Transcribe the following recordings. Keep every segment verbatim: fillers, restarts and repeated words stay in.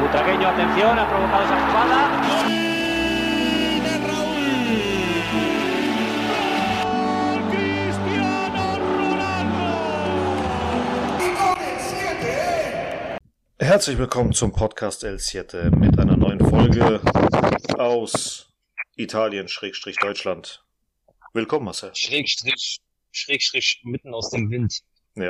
Butragueño, atención, ha provocado esa jugada. ¡Gol de Raúl! ¡Cristiano Ronaldo! Herzlich willkommen zum Podcast El Siete mit einer neuen Folge aus Italien, Schrägstrich Deutschland. Willkommen, Marcel. Schrägstrich, Schrägstrich mitten aus dem Wind. Ja,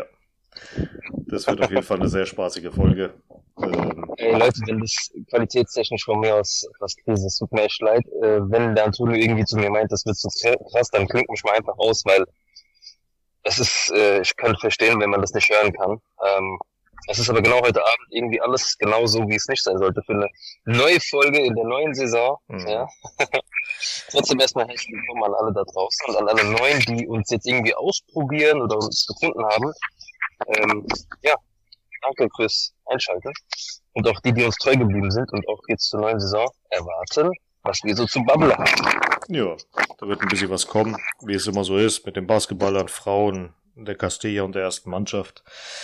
das wird auf jeden Fall eine sehr spaßige Folge. Ähm, Ey Leute, wenn das qualitätstechnisch von mir aus etwas Krise ist, tut mir echt leid. Äh, wenn der Antonio irgendwie zu mir meint, das wird so krass, dann klingt mich mal einfach aus, weil es ist, äh, ich kann verstehen, wenn man das nicht hören kann. Ähm, es ist aber genau heute Abend irgendwie alles genau so, wie es nicht sein sollte für eine neue Folge in der neuen Saison. Mhm. Ja. Trotzdem erstmal herzlich willkommen an alle da draußen und an alle Neuen, die uns jetzt irgendwie ausprobieren oder uns gefunden haben. Ähm, ja, danke fürs Einschalten. Und auch die, die uns treu geblieben sind und auch jetzt zur neuen Saison erwarten, was wir so zu Bubble haben. Ja, da wird ein bisschen was kommen, wie es immer so ist, mit den Basketballern, Frauen, der Castilla und der ersten Mannschaft.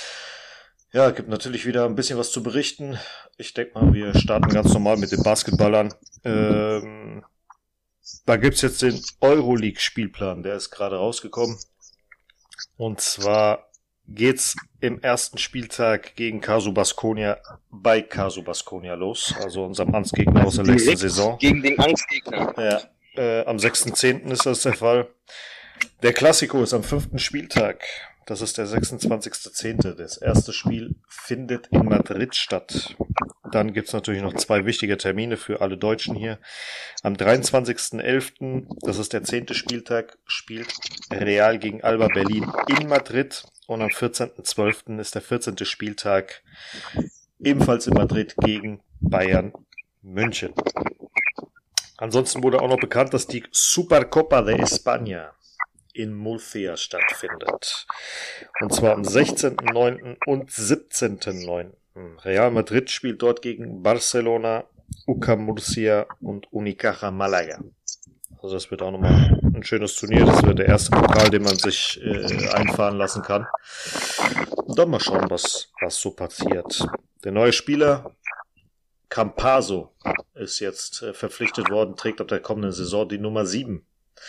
Ja, gibt natürlich wieder ein bisschen was zu berichten. Ich denke mal, wir starten ganz normal mit den Basketballern. Ähm, da gibt's jetzt den Euroleague-Spielplan, der ist gerade rausgekommen. Und zwar geht's im ersten Spieltag gegen Casu Baskonia bei Casu Baskonia los, also unserem Angstgegner aus der letzten Saison. Gegen den Angstgegner. Ja, äh, am sechsten zehnten ist das der Fall. Der Klassiko ist am fünften Spieltag. Das ist der sechsundzwanzigster zehnte Das erste Spiel findet in Madrid statt. Dann gibt's natürlich noch zwei wichtige Termine für alle Deutschen hier. Am dreiundzwanzigsten elften, das ist der zehnte Spieltag, spielt Real gegen Alba Berlin in Madrid. Und am vierzehnten zwölften ist der vierzehnte Spieltag, ebenfalls in Madrid gegen Bayern München. Ansonsten wurde auch noch bekannt, dass die Supercopa de España in Murcia stattfindet. Und zwar am sechzehnten neunten und siebzehnten neunten Real Madrid spielt dort gegen Barcelona, U C A Murcia und Unicaja Malaga. Also das wird auch nochmal ein schönes Turnier. Das wird der erste Pokal, den man sich äh, einfahren lassen kann. Und dann mal schauen, was, was so passiert. Der neue Spieler Campazzo ist jetzt äh, verpflichtet worden, trägt ab der kommenden Saison die Nummer sieben.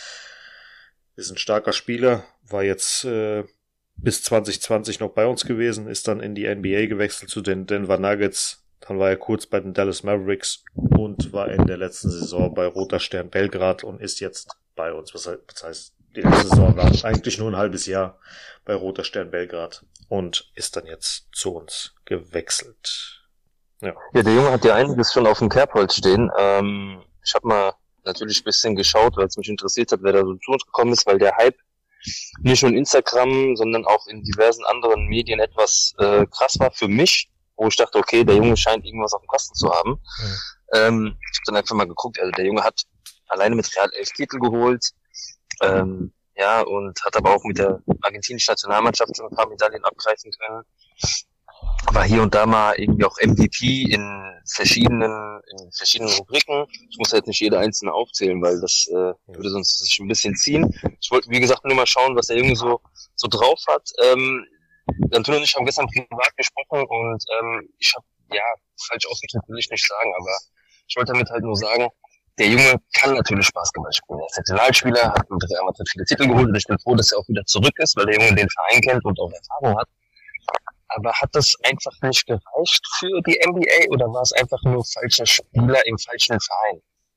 Ist ein starker Spieler, war jetzt äh, bis zwanzig zwanzig noch bei uns gewesen, ist dann in die N B A gewechselt zu den Denver Nuggets, dann war er kurz bei den Dallas Mavericks und war in der letzten Saison bei Roter Stern Belgrad und ist jetzt bei uns. Was heißt, die letzte Saison war eigentlich nur ein halbes Jahr bei Roter Stern Belgrad und ist dann jetzt zu uns gewechselt. Ja, ja der Junge hat ja einiges schon auf dem Kerbholz stehen. Ähm, ich habe mal natürlich ein bisschen geschaut, weil es mich interessiert hat, wer da so zu uns gekommen ist, weil der Hype nicht nur in Instagram, sondern auch in diversen anderen Medien etwas äh, krass war für mich, wo ich dachte, okay, der Junge scheint irgendwas auf dem Kasten zu haben. Mhm. Ähm, ich habe dann einfach mal geguckt, also der Junge hat alleine mit Real elf Titel geholt, ähm, ja, und hat aber auch mit der argentinischen Nationalmannschaft schon ein paar Medaillen abgreifen können. War hier und da mal irgendwie auch M V P in verschiedenen in verschiedenen Rubriken. Ich muss ja jetzt nicht jede einzelne aufzählen, weil das äh, würde sonst sich ein bisschen ziehen. Ich wollte, wie gesagt, nur mal schauen, was der Junge so so drauf hat. Ähm, Antonio und ich haben gestern privat gesprochen und ähm, ich habe, ja, falsch ausgedrückt will ich nicht sagen, aber ich wollte damit halt nur sagen, der Junge kann natürlich Basketball spielen. Er ist Nationalspieler, hat mit Real Madrid viele Titel geholt und ich bin froh, dass er auch wieder zurück ist, weil der Junge den Verein kennt und auch Erfahrung hat. Aber hat das einfach nicht gereicht für die N B A oder war es einfach nur falscher Spieler im falschen Verein?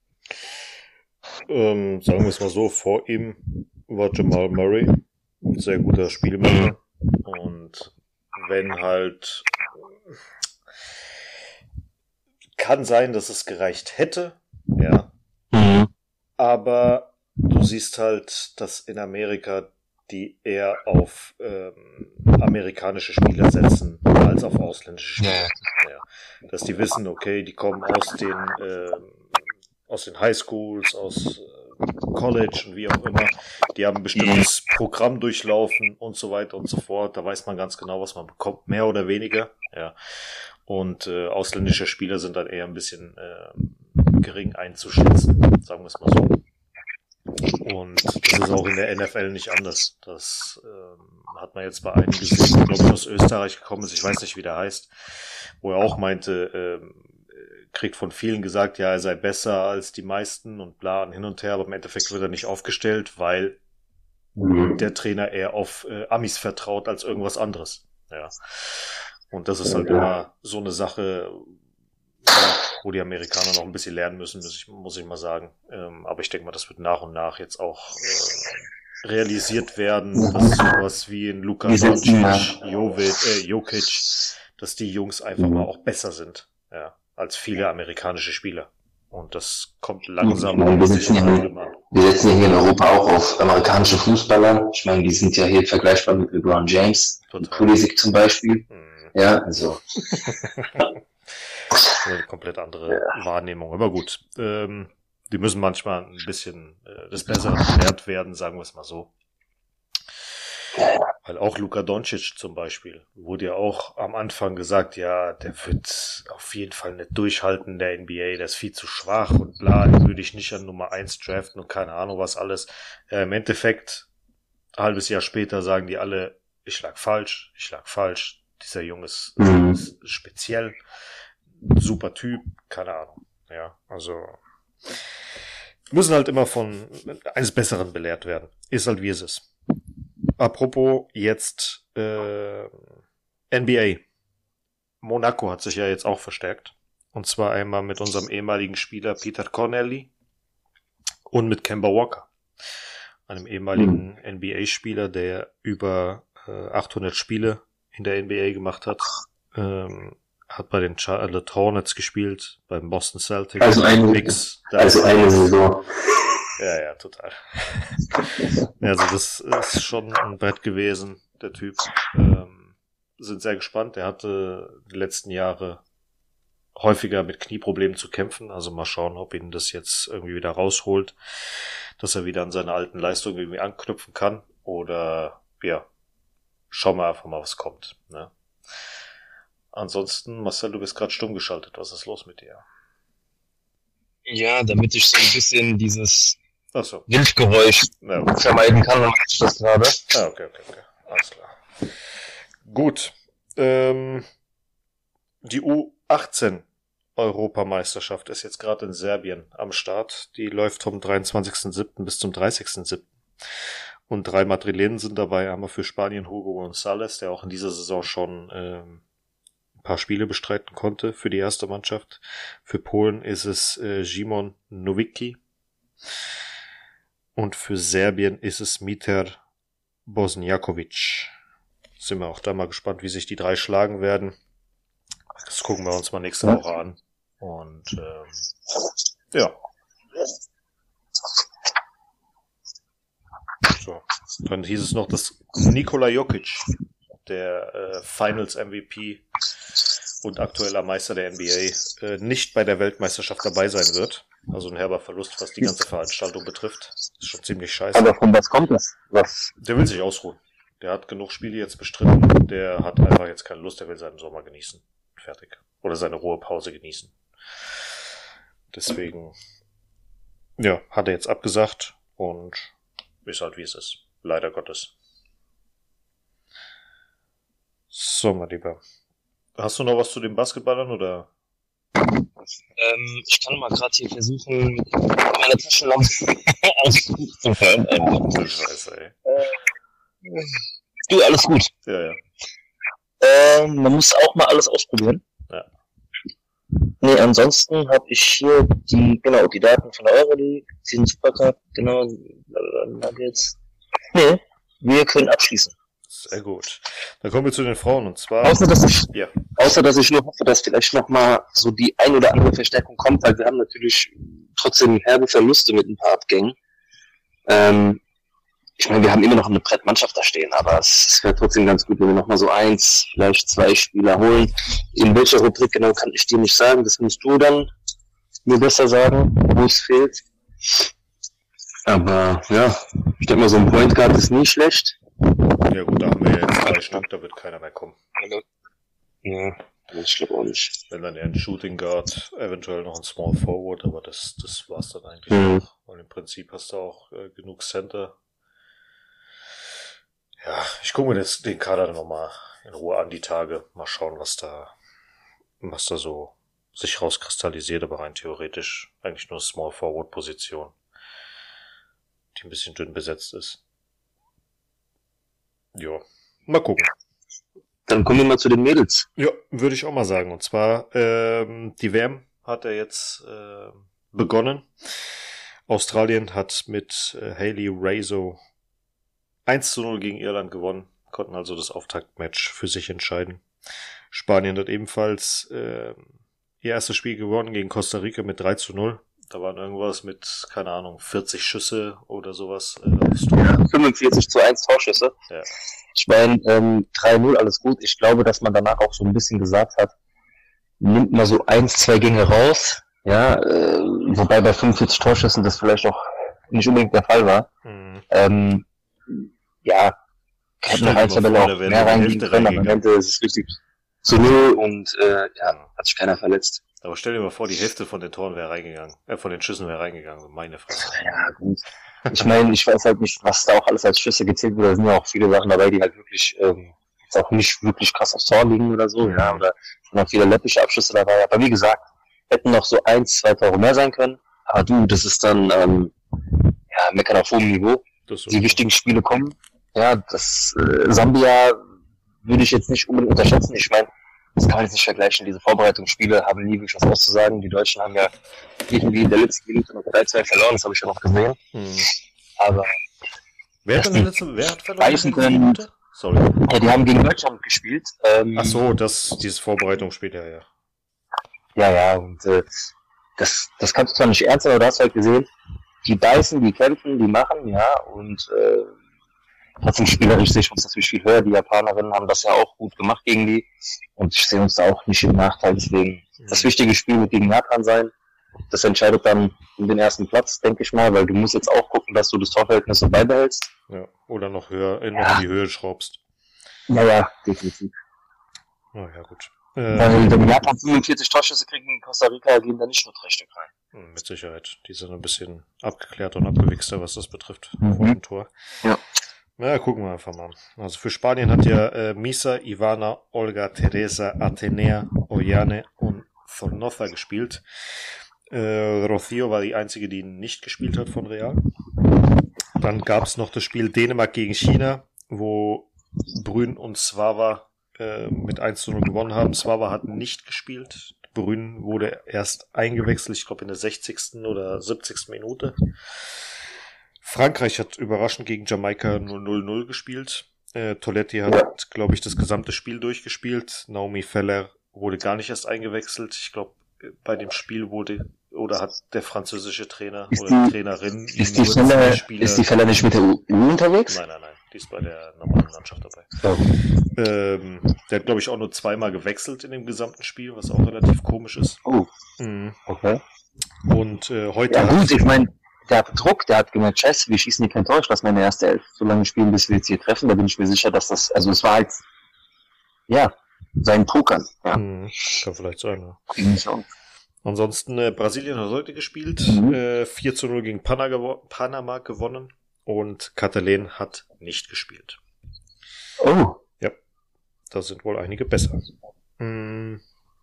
Ähm, sagen wir es mal so, vor ihm war Jamal Murray, ein sehr guter Spielmacher. Und wenn halt, kann sein, dass es gereicht hätte, ja. Mhm. Aber du siehst halt, dass in Amerika die eher auf ähm, amerikanische Spieler setzen, als auf ausländische Spieler. Ja. Ja. Dass die wissen, okay, die kommen aus den äh, aus den Highschools, aus äh, College und wie auch immer. Die haben ein bestimmtes Programm durchlaufen und so weiter und so fort. Da weiß man ganz genau, was man bekommt, mehr oder weniger. Ja. Und äh, ausländische Spieler sind dann eher ein bisschen äh, gering einzuschätzen, sagen wir es mal so. Und das ist auch in der N F L nicht anders. Das ähm, hat man jetzt bei einem gesehen, der glaube ich aus Österreich gekommen ist, ich weiß nicht, wie der heißt, wo er auch meinte, ähm, kriegt von vielen gesagt, ja, er sei besser als die meisten und bla und hin und her, aber im Endeffekt wird er nicht aufgestellt, weil mhm. der Trainer eher auf äh, Amis vertraut als irgendwas anderes. Ja. Und das ist halt ja. immer so eine Sache, ja, wo die Amerikaner noch ein bisschen lernen müssen, muss ich, muss ich mal sagen. Ähm, aber ich denke mal, das wird nach und nach jetzt auch äh, realisiert werden, dass sowas wie in Luka Doncic, Jovic, äh, Jokic, dass die Jungs einfach mhm. mal auch besser sind, ja, als viele amerikanische Spieler. Und das kommt langsam. Ich meine, wir, sitzen ja, wir sitzen ja hier in Europa auch auf amerikanische Fußballer. Ich meine, die sind ja hier vergleichbar mit LeBron James, Pulisic zum Beispiel. Mhm. Ja, also. Eine komplett andere ja. Wahrnehmung. Aber gut, ähm, die müssen manchmal ein bisschen äh, des Besseren gelehrt werden, sagen wir es mal so. Weil auch Luka Doncic zum Beispiel wurde ja auch am Anfang gesagt, ja, der wird auf jeden Fall nicht durchhalten in der N B A, der ist viel zu schwach und bla, den würde ich nicht an Nummer eins draften und keine Ahnung was alles. Äh, Im Endeffekt, ein halbes Jahr später sagen die alle, ich lag falsch, ich lag falsch, dieser Junge ist, mhm. ist speziell. Super Typ, keine Ahnung. Ja, also müssen halt immer von eines Besseren belehrt werden. Ist halt wie es ist. Apropos jetzt äh, N B A. Monaco hat sich ja jetzt auch verstärkt. Und zwar einmal mit unserem ehemaligen Spieler Peter Connelly und mit Kemba Walker. Einem ehemaligen mhm. N B A-Spieler, der über äh, achthundert Spiele in der N B A gemacht hat. Ähm, hat bei den Charlotte Hornets gespielt, beim Boston Celtics. Also eine, Mix, also eine Saison. Ja, ja, total. Also das ist schon ein Brett gewesen, der Typ. Ähm, sind sehr gespannt. Er hatte die letzten Jahre häufiger mit Knieproblemen zu kämpfen. Also mal schauen, ob ihn das jetzt irgendwie wieder rausholt, dass er wieder an seine alten Leistungen irgendwie anknüpfen kann. Oder ja, schauen wir einfach mal, was kommt. Ne? Ansonsten, Marcel, du bist gerade stumm geschaltet. Was ist los mit dir? Ja, damit ich so ein bisschen dieses Ach so. Windgeräusch ja, okay. vermeiden kann, mache ich das gerade. Ah, okay, okay, okay. Alles klar. Gut. Ähm, die U achtzehn Europameisterschaft ist jetzt gerade in Serbien am Start. Die läuft vom dreiundzwanzigsten siebten bis zum dreißigsten siebten Und drei Madrilenen sind dabei. Einmal für Spanien Hugo González, der auch in dieser Saison schon ähm, paar Spiele bestreiten konnte für die erste Mannschaft. Für Polen ist es äh, Szymon Nowicki und für Serbien ist es Mitar Bosnjakovic. Sind wir auch da mal gespannt, wie sich die drei schlagen werden. Das gucken wir uns mal nächste Woche an. Und ähm, ja. So. Dann hieß es noch, dass Nikola Jokic, der äh, Finals-M V P und aktueller Meister der N B A, äh, nicht bei der Weltmeisterschaft dabei sein wird. Also ein herber Verlust, was die ganze Veranstaltung betrifft. Ist schon ziemlich scheiße. Aber von was kommt das? Was? Der will sich ausruhen. Der hat genug Spiele jetzt bestritten. Der hat einfach jetzt keine Lust. Der will seinen Sommer genießen. Fertig. Oder seine Ruhepause genießen. Deswegen, ja, hat er jetzt abgesagt und ist halt wie es ist. Leider Gottes. So, mein Lieber. Hast du noch was zu den Basketballern, oder? Ähm, ich kann mal gerade hier versuchen, meine Taschenlampe auszuführen. Scheiße, ey. Äh, du, alles gut. Ja, ja. Ähm, man muss auch mal alles ausprobieren. Ja. Nee, ansonsten habe ich hier die, genau, die Daten von der Euroleague, den Supercup, genau, Nuggets. Nee, wir können abschließen. Sehr gut. Dann kommen wir zu den Frauen, und zwar... Außer, dass ich, ja. außer, dass ich nur hoffe, dass vielleicht nochmal so die ein oder andere Verstärkung kommt, weil wir haben natürlich trotzdem herbe Verluste mit ein paar Abgängen. Ähm, ich meine, wir haben immer noch eine Brettmannschaft da stehen, aber es, es wäre trotzdem ganz gut, wenn wir nochmal so eins, vielleicht zwei Spieler holen. In welcher Rubrik genau kann ich dir nicht sagen, das musst du dann mir besser sagen, wo es fehlt. Aber ja, ich denke mal, so ein Point Guard ist nie schlecht. Ja gut, da haben wir jetzt drei Stück, da wird keiner mehr kommen. Ja, ich glaube auch nicht. Wenn dann eher ein Shooting Guard, eventuell noch ein Small Forward, aber das, das war's dann eigentlich mhm. auch. Und im Prinzip hast du auch äh, genug Center. Ja, ich gucke mir das, den Kader nochmal in Ruhe an, die Tage. Mal schauen, was da, was da so, sich rauskristallisiert, aber rein theoretisch eigentlich nur Small Forward Position, die ein bisschen dünn besetzt ist. Ja, mal gucken. Dann kommen wir mal zu den Mädels. Ja, würde ich auch mal sagen. Und zwar, ähm, die W M hat er jetzt äh, begonnen. Australien hat mit äh, Hayley Raso eins zu null gegen Irland gewonnen, konnten also das Auftaktmatch für sich entscheiden. Spanien hat ebenfalls äh, ihr erstes Spiel gewonnen gegen Costa Rica mit drei zu null. Da waren irgendwas mit, keine Ahnung, vierzig Schüsse oder sowas. Äh, ja, fünfundvierzig zu eins Torschüsse. Ja. Ich meine, ähm, drei null, alles gut. Ich glaube, dass man danach auch so ein bisschen gesagt hat, nimmt mal so eins, zwei Gänge raus. Ja, äh, wobei bei fünfundvierzig Torschüssen das vielleicht auch nicht unbedingt der Fall war. Mhm. Ähm, ja, hätte noch ein, zwei Bälle mehr reingehen können, aber am Ende ist es richtig zu null und äh, ja, hat sich keiner verletzt. Aber stell dir mal vor, die Hälfte von den Toren wäre reingegangen, äh, von den Schüssen wäre reingegangen, meine Fresse. Ja, gut. Ich meine, ich weiß halt nicht, was da auch alles als Schüsse gezählt wurde. Da sind ja auch viele Sachen dabei, die halt wirklich ähm, jetzt auch nicht wirklich krass aufs Tor liegen oder so, ja, oder sind auch viele läppische Abschlüsse dabei. Aber wie gesagt, hätten noch so eins, zwei Tore mehr sein können. Aber du, das ist dann ähm, ja, meckern auf hohem Niveau. Die wichtigen Spiele kommen. Ja, das äh, Sambia würde ich jetzt nicht unbedingt unterschätzen. Ich meine, das kann man jetzt nicht vergleichen. Diese Vorbereitungsspiele haben nie wirklich was auszusagen. Die Deutschen haben ja irgendwie in der letzten Minute noch drei zwei verloren. Das habe ich ja noch gesehen. Hm. Aber wer hat, letzte, wer hat verloren? Können, Sorry. Ja, die haben gegen Deutschland gespielt. Ähm, Ach so, das, dieses Vorbereitungsspiel, ja, ja. Ja, ja, und äh, das, das kannst du zwar nicht ernst nehmen, aber du hast halt gesehen, die beißen, die kämpfen, die machen, ja, und äh, trotzdem spielerisch sehe ich uns natürlich viel höher. Die Japanerinnen haben das ja auch gut gemacht gegen die und ich sehe uns da auch nicht im Nachteil. Deswegen mhm. das wichtige Spiel wird gegen Japan sein. Das entscheidet dann um den ersten Platz, denke ich mal, weil du musst jetzt auch gucken, dass du das Torverhältnis so beibehältst. Ja, oder noch höher, äh, noch ja. in die Höhe schraubst. Naja, definitiv. Na ja, gut. Äh, weil wenn Japan fünfundvierzig Torschüsse kriegen in Costa Rica, gehen da nicht nur drei Stück rein. Mit Sicherheit. Die sind ein bisschen abgeklärter und abgewichster, was das betrifft. Mhm. Vor dem Tor. Ja. Na, gucken wir einfach mal. Also für Spanien hat ja äh, Misa, Ivana, Olga, Teresa, Atenea, Ollane und Zornoza gespielt. Äh, Rocío war die einzige, die nicht gespielt hat von Real. Dann gab es noch das Spiel Dänemark gegen China, wo Brün und Svava äh, mit eins zu null gewonnen haben. Svava hat nicht gespielt. Brün wurde erst eingewechselt, ich glaube in der sechzigsten oder siebzigsten Minute. Frankreich hat überraschend gegen Jamaika null null gespielt. Äh, Toletti hat, glaube ich, das gesamte Spiel durchgespielt. Naomi Feller wurde gar nicht erst eingewechselt. Ich glaube, bei dem Spiel wurde, oder hat der französische Trainer ist oder die, Trainerin... Ist die, Feller, ist die Feller nicht mit der U unterwegs? Nein, nein, nein. Die ist bei der normalen Mannschaft dabei. Oh. Ähm, der hat, glaube ich, auch nur zweimal gewechselt in dem gesamten Spiel, was auch relativ komisch ist. Oh, mhm. okay. Und äh, heute... Ja gut, ich meine... Der hat Druck, der hat gemerkt, scheiße, wir schießen hier kein Tor, ich lasse meine erste Elf so lange spielen, bis wir jetzt hier treffen, da bin ich mir sicher, dass das, also es war halt, ja, sein Pokern, ja. Hm, kann vielleicht sein, ja. Ansonsten, äh, Brasilien hat heute gespielt, mhm. äh, vier zu null gegen Pana gewo- Panama gewonnen und Katalin hat nicht gespielt. Oh. Ja, da sind wohl einige besser. Hm.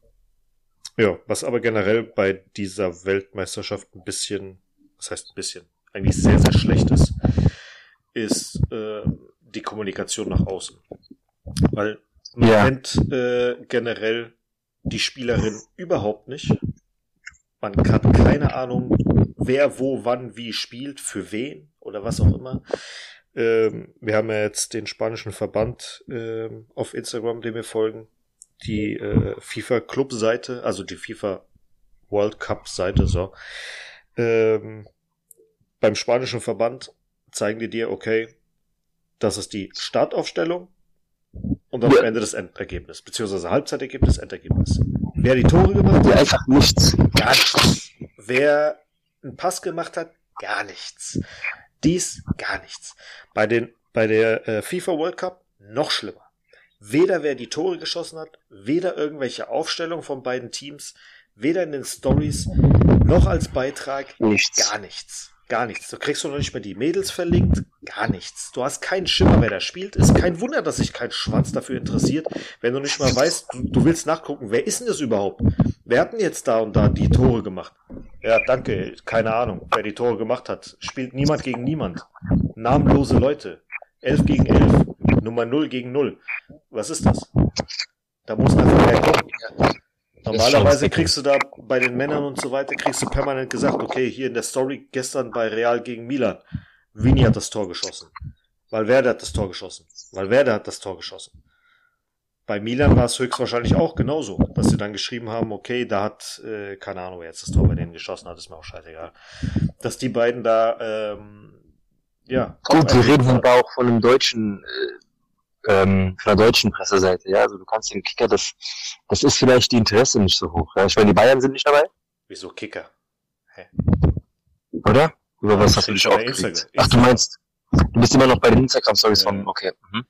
Ja, was aber generell bei dieser Weltmeisterschaft ein bisschen, das heißt ein bisschen, eigentlich sehr, sehr schlecht ist, ist äh, die Kommunikation nach außen. Weil man ja. kennt äh, generell die Spielerin überhaupt nicht. Man hat keine Ahnung, wer, wo, wann, wie spielt, für wen oder was auch immer. Ähm, wir haben ja jetzt den spanischen Verband äh, auf Instagram, dem wir folgen. Die äh, FIFA-Club-Seite, also die FIFA World Cup-Seite, so. Ähm, beim spanischen Verband zeigen die dir, okay, das ist die Startaufstellung und dann ja. am Ende das Endergebnis, beziehungsweise Halbzeitergebnis, Endergebnis. Wer die Tore gemacht hat, einfach nichts. Gar nichts. Wer einen Pass gemacht hat, gar nichts. Dies, gar nichts. Bei den, bei der äh, FIFA World Cup noch schlimmer. Weder wer die Tore geschossen hat, weder irgendwelche Aufstellungen von beiden Teams, weder in den Stories, noch als Beitrag, nichts. Gar nichts. Gar nichts. Du kriegst du noch nicht mehr die Mädels verlinkt, gar nichts. Du hast keinen Schimmer, wer da spielt. Ist kein Wunder, dass sich kein Schwanz dafür interessiert, wenn du nicht mal weißt, du, du willst nachgucken, wer ist denn das überhaupt? Wer hat denn jetzt da und da die Tore gemacht? Ja, danke, keine Ahnung, wer die Tore gemacht hat. Spielt niemand gegen niemand. Namenlose Leute. Elf gegen elf. Nummer null gegen null. Was ist das? Da muss einfach mehr kommen. Normalerweise kriegst du da bei den Männern und so weiter, kriegst du permanent gesagt, okay, hier in der Story gestern bei Real gegen Milan, Vini hat das Tor geschossen. Valverde hat das Tor geschossen. Valverde hat das Tor geschossen. Bei Milan war es höchstwahrscheinlich auch genauso, dass sie dann geschrieben haben, okay, da hat, äh, keine Ahnung, wer jetzt das Tor bei denen geschossen hat, ist mir auch scheißegal. Dass die beiden da, ähm, ja. Gut, wir reden aber auch von einem deutschen, äh, ähm, von der deutschen Presseseite, ja, also du kannst den Kicker, das, das ist vielleicht die Interesse nicht so hoch, ja, ich meine, die Bayern sind nicht dabei. Wieso Kicker? Hä? Oder? Über was hast du dich aufgeregt? Ach, du meinst, du bist immer noch bei den Instagram-Stories ja. von, okay, mhm.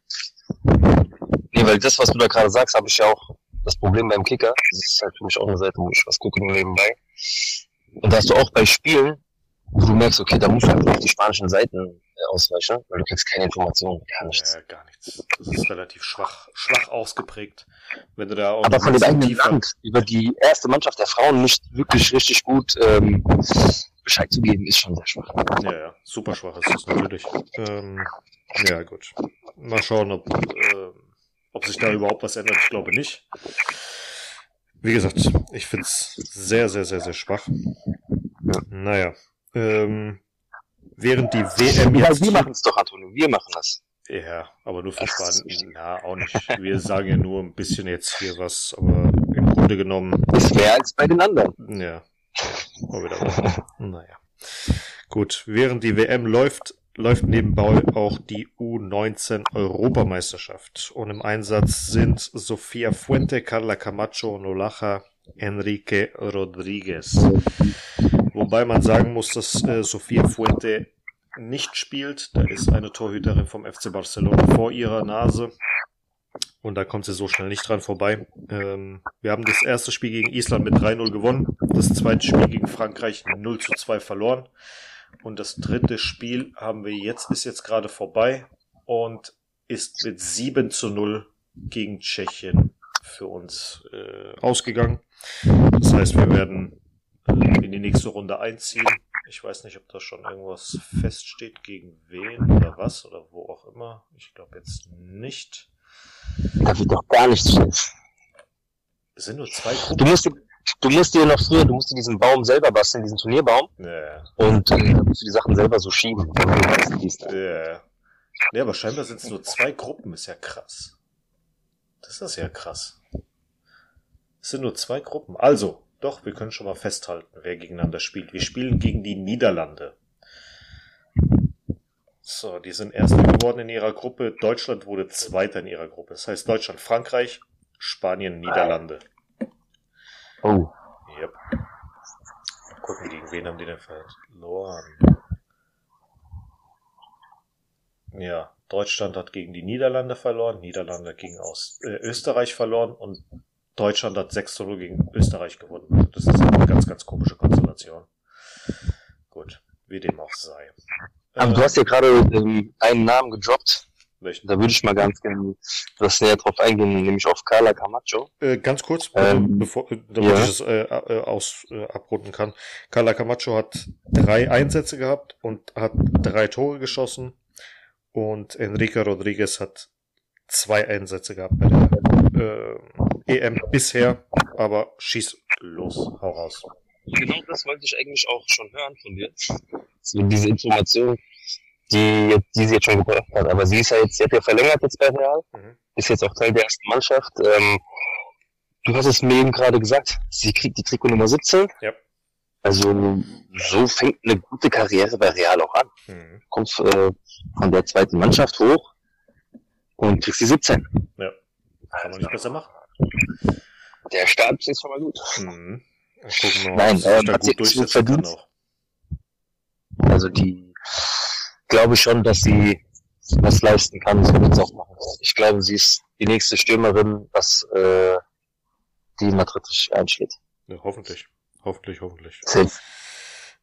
Nee, weil das, was du da gerade sagst, habe ich ja auch das Problem beim Kicker, das ist halt für mich auch eine Seite, wo ich was gucke nebenbei, und da hast du auch bei Spielen, wo du merkst, okay, da musst du einfach auf die spanischen Seiten ausweichen, weil du kriegst keine Informationen, gar nichts. Ja, gar nichts. Das ist relativ schwach, schwach ausgeprägt. Wenn du da auch aber von dem eigenen Land über die erste Mannschaft der Frauen nicht wirklich richtig gut ähm, Bescheid zu geben, ist schon sehr schwach. Ja, ja, super schwach ist das natürlich. Ähm, ja, gut. Mal schauen, ob, äh, ob sich da überhaupt was ändert. Ich glaube nicht. Wie gesagt, ich finde es sehr, sehr, sehr, sehr schwach. Ja. Naja. Ähm, während die W M jetzt... Ja, wir machen es doch, Antonio, wir machen das. Ja, aber nur für Spanien. Ja, auch nicht. Wir sagen ja nur ein bisschen jetzt hier was, aber im Grunde genommen... Ist mehr als bei den anderen. Ja. Mal wieder. Naja. Gut, während die W M läuft, läuft nebenbei auch die U neunzehn Europameisterschaft. Und im Einsatz sind Sofia Fuente, Carla Camacho, Nolaja, Enrique Rodriguez. Wobei man sagen muss, dass äh, Sofia Fuente nicht spielt. Da ist eine Torhüterin vom F C Barcelona vor ihrer Nase. Und da kommt sie so schnell nicht dran vorbei. Ähm, wir haben das erste Spiel gegen Island mit drei null gewonnen. Das zweite Spiel gegen Frankreich null zu zwei verloren. Und das dritte Spiel haben wir jetzt, ist jetzt gerade vorbei und ist mit sieben zu null gegen Tschechien für uns äh, ausgegangen. Das heißt, wir werden äh, in die nächste Runde einziehen. Ich weiß nicht, ob da schon irgendwas feststeht, gegen wen oder was oder wo auch immer. Ich glaube jetzt nicht. Da wird doch gar nichts stehen. Es sind nur zwei Gruppen. Du musst, du musst dir noch früher, du musst dir diesen Baum selber basteln, diesen Turnierbaum. Ja. Und äh, dann musst du die Sachen selber so schieben. Ja. Ja, aber scheinbar sind es nur zwei Gruppen, ist ja krass. Das ist ja krass. Es sind nur zwei Gruppen. Also, doch, wir können schon mal festhalten, wer gegeneinander spielt. Wir spielen gegen die Niederlande. So, die sind Erster geworden in ihrer Gruppe. Deutschland wurde Zweiter in ihrer Gruppe. Das heißt Deutschland, Frankreich, Spanien, Niederlande. Oh. Yep. Gucken, gegen wen haben die denn verloren? Ja, Deutschland hat gegen die Niederlande verloren, Niederlande gegen aus, äh, Österreich verloren und Deutschland hat sechs zu null gegen Österreich gewonnen. Also das ist eine ganz, ganz komische Konstellation. Gut, wie dem auch sei. Aber äh, du hast ja gerade ähm, einen Namen gedroppt. Welchen? Da würde ich mal ganz gerne das näher drauf eingehen, nämlich auf Carla Camacho. Äh, ganz kurz, ähm, bevor, damit ja. ich es äh, äh, aus, äh, abrunden kann. Carla Camacho hat drei Einsätze gehabt und hat drei Tore geschossen. Und Enrique Rodriguez hat zwei Einsätze gehabt bei der äh, E M bisher, aber schieß los, hau raus. Genau das wollte ich eigentlich auch schon hören von dir. So diese Information, die, die sie jetzt schon gebracht hat. Aber sie ist ja jetzt, sie hat ja verlängert jetzt bei Real, mhm. ist jetzt auch Teil der ersten Mannschaft. Ähm, du hast es mir eben gerade gesagt, sie kriegt die Trikot Nummer siebzehn. Ja. Also so fängt eine gute Karriere bei Real auch an. Mhm. Kommt äh, von der zweiten Mannschaft hoch und kriegst die siebzehn. Ja, kann man nicht besser machen. Der Start ist schon mal gut. Mhm. Gucken wir mal, Nein, äh, da gut durchsetzen verdient. Kann auch. Also die glaube ich schon, dass sie was leisten kann, so wird es auch machen. Ich glaube, sie ist die nächste Stürmerin, was äh, die Madrid einschlägt. Ja, hoffentlich. Hoffentlich, hoffentlich. Safe.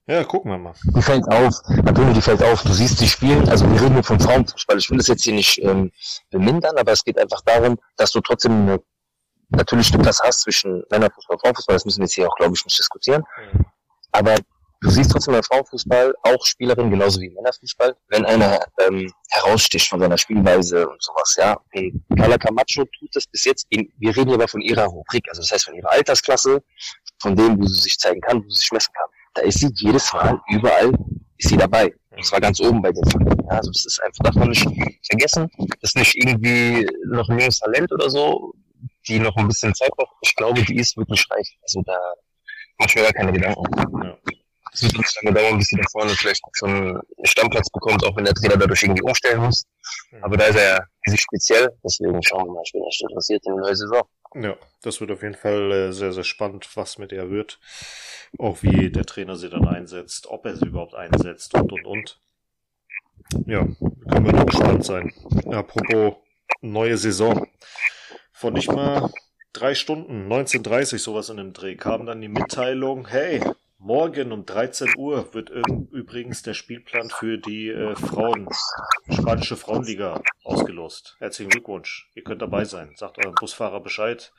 Ja, gucken wir mal. Die fällt auf, Antonio, die fällt auf. Du siehst die spielen, also wir reden nur von Frauenfußball. Ich will das jetzt hier nicht ähm, bemindern, aber es geht einfach darum, dass du trotzdem eine, natürlich eine Klasse hast zwischen Männerfußball und Frauenfußball. Das müssen wir jetzt hier auch, glaube ich, nicht diskutieren. Mhm. Aber du siehst trotzdem beim Frauenfußball auch Spielerinnen genauso wie im Männerfußball, wenn einer ähm, heraussticht von seiner Spielweise und sowas, ja. Und Carla Camacho tut das bis jetzt, in, wir reden aber von ihrer Rubrik, also das heißt von ihrer Altersklasse, von dem, wo sie sich zeigen kann, wo sie sich messen kann. Da ist sie jedes Mal, überall ist sie dabei. Und zwar ganz oben bei den Vereinen. Ja, also das ist einfach, darf man nicht vergessen. Das ist nicht irgendwie noch ein junges Talent oder so, die noch ein bisschen Zeit braucht. Ich glaube, die ist wirklich reich. Also da mach ich mir gar keine Gedanken. Ja. Es wird nicht lange dauern, bis sie da vorne vielleicht schon einen Stammplatz bekommt, auch wenn der Trainer dadurch irgendwie umstellen muss. Aber da ist er ja riesig speziell. Deswegen schauen wir mal, ich bin echt interessiert in die neue Saison. Ja, das wird auf jeden Fall äh, sehr, sehr spannend, was mit ihr wird. Auch wie der Trainer sie dann einsetzt, ob er sie überhaupt einsetzt und, und, und. Ja, können wir nur gespannt sein. Apropos neue Saison. Vor nicht mal drei Stunden, neunzehn Uhr dreißig, sowas in dem Dreh, kam dann die Mitteilung, hey, morgen um dreizehn Uhr wird übrigens der Spielplan für die äh, Frauen, spanische Frauenliga ausgelost. Herzlichen Glückwunsch, ihr könnt dabei sein. Sagt eurem Busfahrer Bescheid.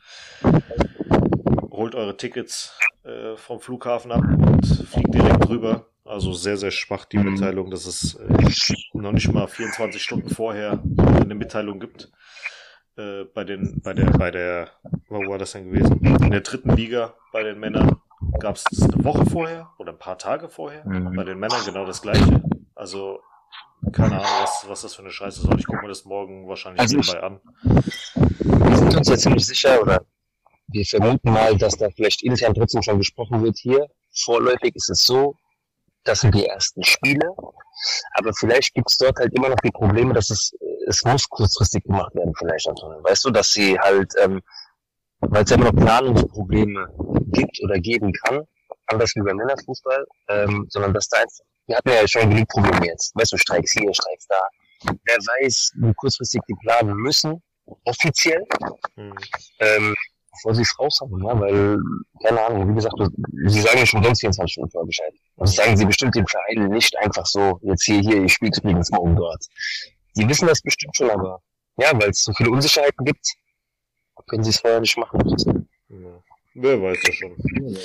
Holt eure Tickets äh, vom Flughafen ab und fliegt direkt rüber. Also sehr, sehr schwach die Mitteilung, dass es äh, noch nicht mal vierundzwanzig Stunden vorher eine Mitteilung gibt. Äh, bei den, bei der, bei der, wo war das denn gewesen? In der dritten Liga bei den Männern gab es das eine Woche vorher oder ein paar Tage vorher. Mhm. Bei den Männern genau das Gleiche. Also keine Ahnung, was, was das für eine Scheiße soll. Ich gucke mir das morgen wahrscheinlich also nebenbei an. Wir sind uns ja ziemlich sicher, oder wir vermuten mal, dass da vielleicht intern trotzdem schon gesprochen wird hier. Vorläufig ist es so, das sind die ersten Spiele, aber vielleicht gibt es dort halt immer noch die Probleme, dass es, es muss kurzfristig gemacht werden vielleicht, Antonio. Weißt du, dass sie halt, ähm, weil es ja immer noch Planungsprobleme gibt oder geben kann, anders wie beim Männerfußball, ähm, sondern dass da einfach, wir hatten ja schon genug Probleme jetzt, weißt du, Streiks hier, Streiks da. Wer weiß, wie kurzfristig die planen müssen, offiziell, mhm. ähm, bevor sie es raushauen, ja, weil, keine Ahnung, wie gesagt, sie sagen ja schon sonst vierundzwanzig Stunden vorher Bescheid. Also sagen sie bestimmt den Vereinen nicht einfach so, jetzt hier, hier, ihr spielt übrigens morgen dort. Die wissen das bestimmt schon, aber, ja, weil es so viele Unsicherheiten gibt, können sie es vorher nicht machen. Ja, wer weiß das schon.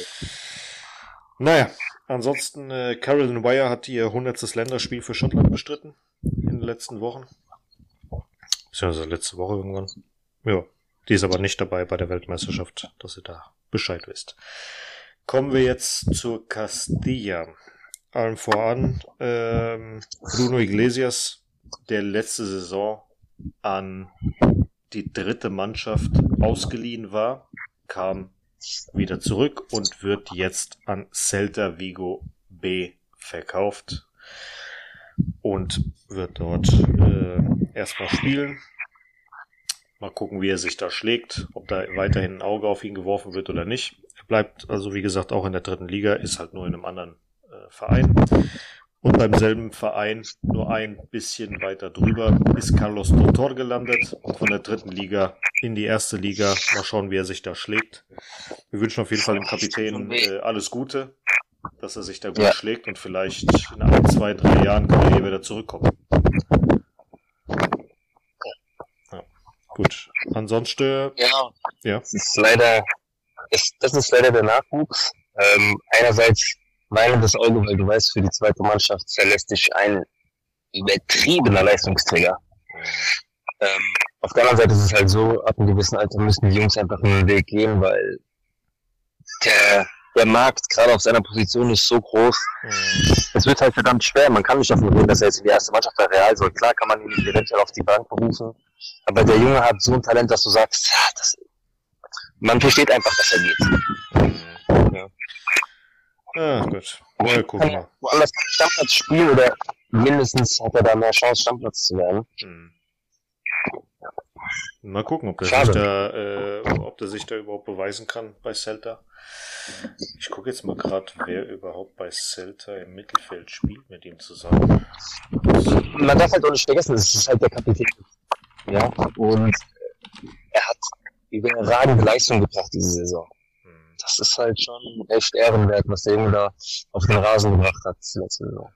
Naja, ansonsten, äh, Carolyn Weir hat ihr hundertstes Länderspiel für Schottland bestritten in den letzten Wochen. Beziehungsweise letzte Woche irgendwann. Ja. Die ist aber nicht dabei bei der Weltmeisterschaft, dass ihr da Bescheid wisst. Kommen wir jetzt zur Castilla. Allen voran ähm, Bruno Iglesias, der letzte Saison an die dritte Mannschaft ausgeliehen war, kam wieder zurück und wird jetzt an Celta Vigo B verkauft und wird dort äh, erstmal spielen. Mal gucken, wie er sich da schlägt, ob da weiterhin ein Auge auf ihn geworfen wird oder nicht. Er bleibt also, wie gesagt, auch in der dritten Liga, ist halt nur in einem anderen äh, Verein. Und beim selben Verein, nur ein bisschen weiter drüber, ist Carlos Totor gelandet und von der dritten Liga in die erste Liga. Mal schauen, wie er sich da schlägt. Wir wünschen auf jeden Fall dem Kapitän äh, alles Gute, dass er sich da gut ja. schlägt und vielleicht in ein, zwei, drei Jahren kann er hier wieder zurückkommen. Gut, ansonsten... Ja, ja. Das ist leider, das, das ist leider der Nachwuchs. Ähm, einerseits weinendes Auge, weil du weißt, für die zweite Mannschaft verlässt dich ein übertriebener Leistungsträger. Ähm, auf der anderen Seite ist es halt so, ab einem gewissen Alter müssen die Jungs einfach einen Weg gehen, weil der, der Markt gerade auf seiner Position ist so groß. Es wird halt verdammt schwer. Man kann nicht davon reden, dass er jetzt in die erste Mannschaft bei Real soll. Klar kann man ihn eventuell auf die Bank berufen. Aber der Junge hat so ein Talent, dass du sagst, das, man versteht einfach, dass er geht. Ja. Ah, gut. Ja, guck mal. Woanders kann Stammplatz spielen oder mindestens hat er da mehr Chance, Stammplatz zu werden. Hm. Mal gucken, ob der, sich da, äh, ob der sich da überhaupt beweisen kann bei Celta. Ich gucke jetzt mal gerade, wer überhaupt bei Celta im Mittelfeld spielt mit ihm zusammen. Man darf halt auch nicht vergessen, es ist halt der Kapitän. Ja, und er hat überragende Leistung gebracht diese Saison. das ist halt schon echt ehrenwert, was der Junge da auf den Rasen gebracht hat letzte Saison.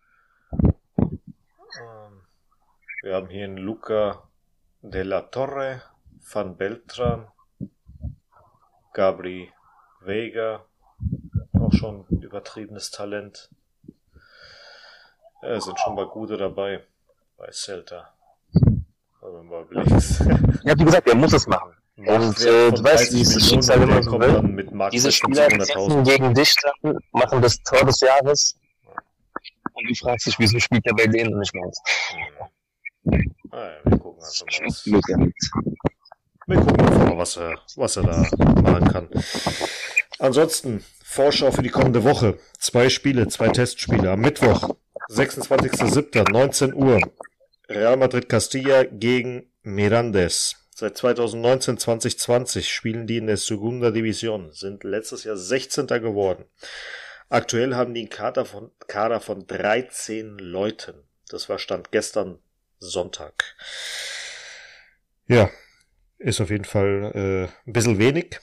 Ähm, wir haben hier einen Luca de la Torre, Van Beltran, Gabri Vega, auch schon übertriebenes Talent. Ja, sind schon mal gute dabei bei Celta. Wenn man mal überlegt. Ja, wie gesagt, er muss es machen. Und äh, du weißt, wie es das Schicksal immer so will. Diese Spieler treffen gegen dich dann, machen das Tor des Jahres. Und du fragst dich, wieso spielt er bei denen nicht mehr aus? Mhm. Ah, ja, wir gucken einfach mal, was, wir gucken einfach mal, was er, was er da machen kann. Ansonsten, Vorschau für die kommende Woche. Zwei Spiele, zwei Testspiele. Am Mittwoch, sechsundzwanzigster siebter neunzehn Uhr. Real Madrid Castilla gegen Mirandes. Seit zweitausendneunzehn zwanzig zwanzig spielen die in der Segunda División, sind letztes Jahr sechzehnter geworden. Aktuell haben die einen Kader von, Kader von dreizehn Leuten. Das war Stand gestern Sonntag. Ja, ist auf jeden Fall äh, ein bisschen wenig.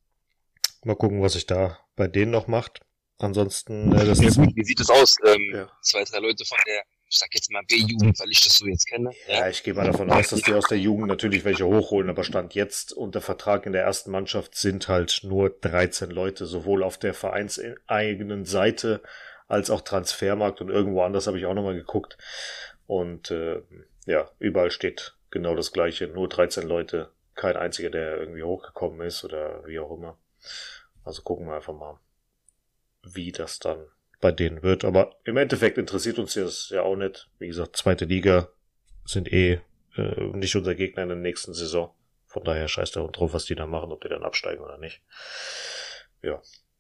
Mal gucken, was sich da bei denen noch macht. Ansonsten... Äh, das ja, gut, wie sieht es aus? Ähm, ja. Zwei, drei Leute von der, ich sag jetzt mal B-Jugend, weil ich das so jetzt kenne. Ja, ich gehe mal davon aus, dass die aus der Jugend natürlich welche hochholen, aber Stand jetzt unter Vertrag in der ersten Mannschaft sind halt nur dreizehn Leute, sowohl auf der vereinseigenen Seite als auch Transfermarkt und irgendwo anders habe ich auch nochmal geguckt. Und äh, ja, überall steht genau das Gleiche, nur dreizehn Leute, kein einziger, der irgendwie hochgekommen ist oder wie auch immer. Also gucken wir einfach mal, wie das dann bei denen wird. Aber im Endeffekt interessiert uns das ja auch nicht. Wie gesagt, zweite Liga sind eh äh, nicht unser Gegner in der nächsten Saison. Von daher scheißt der Hund drauf, was die da machen, ob die dann absteigen oder nicht. Ja.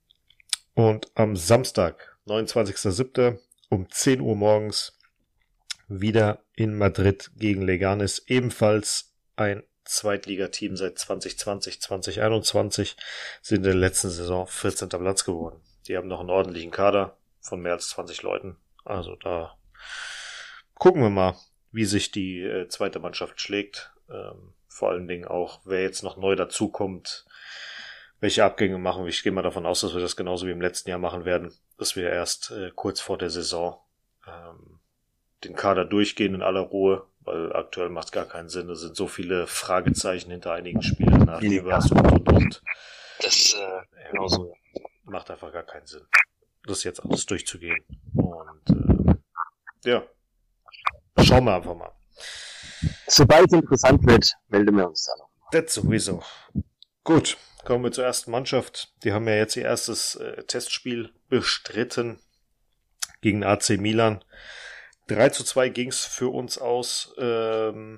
Und am Samstag, neunundzwanzigster siebter um zehn Uhr morgens wieder in Madrid gegen Leganes. Ebenfalls ein Zweitligateam seit zwanzig zwanzig, zwanzig einundzwanzig, sind in der letzten Saison vierzehnter Platz geworden. Die haben noch einen ordentlichen Kader von mehr als zwanzig Leuten. Also da gucken wir mal, wie sich die äh, zweite Mannschaft schlägt. Ähm, vor allen Dingen auch, wer jetzt noch neu dazukommt, welche Abgänge machen wir. Ich gehe mal davon aus, dass wir das genauso wie im letzten Jahr machen werden, dass wir erst äh, kurz vor der Saison ähm, den Kader durchgehen in aller Ruhe, weil aktuell macht es gar keinen Sinn. Es sind so viele Fragezeichen hinter einigen Spielern nach Libas und und und. Das äh, genauso. Macht einfach gar keinen Sinn, das jetzt alles durchzugehen. Und äh, ja, schauen wir einfach mal. Sobald es interessant wird, melden wir uns dann noch. Das sowieso. Gut, kommen wir zur ersten Mannschaft. Die haben ja jetzt ihr erstes äh, Testspiel bestritten gegen A C Milan. drei zu zwei ging's für uns aus. Ähm,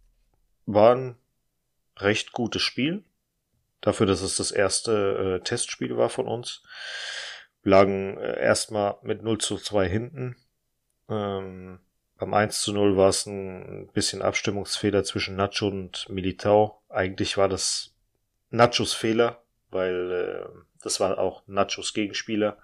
war ein recht gutes Spiel. Dafür, dass es das erste äh, Testspiel war von uns. Wir lagen äh, erstmal mit null zu zwei hinten. Ähm, beim eins zu null war es ein bisschen Abstimmungsfehler zwischen Nacho und Militao. Eigentlich war das Nachos Fehler, weil äh, das war auch Nachos Gegenspieler.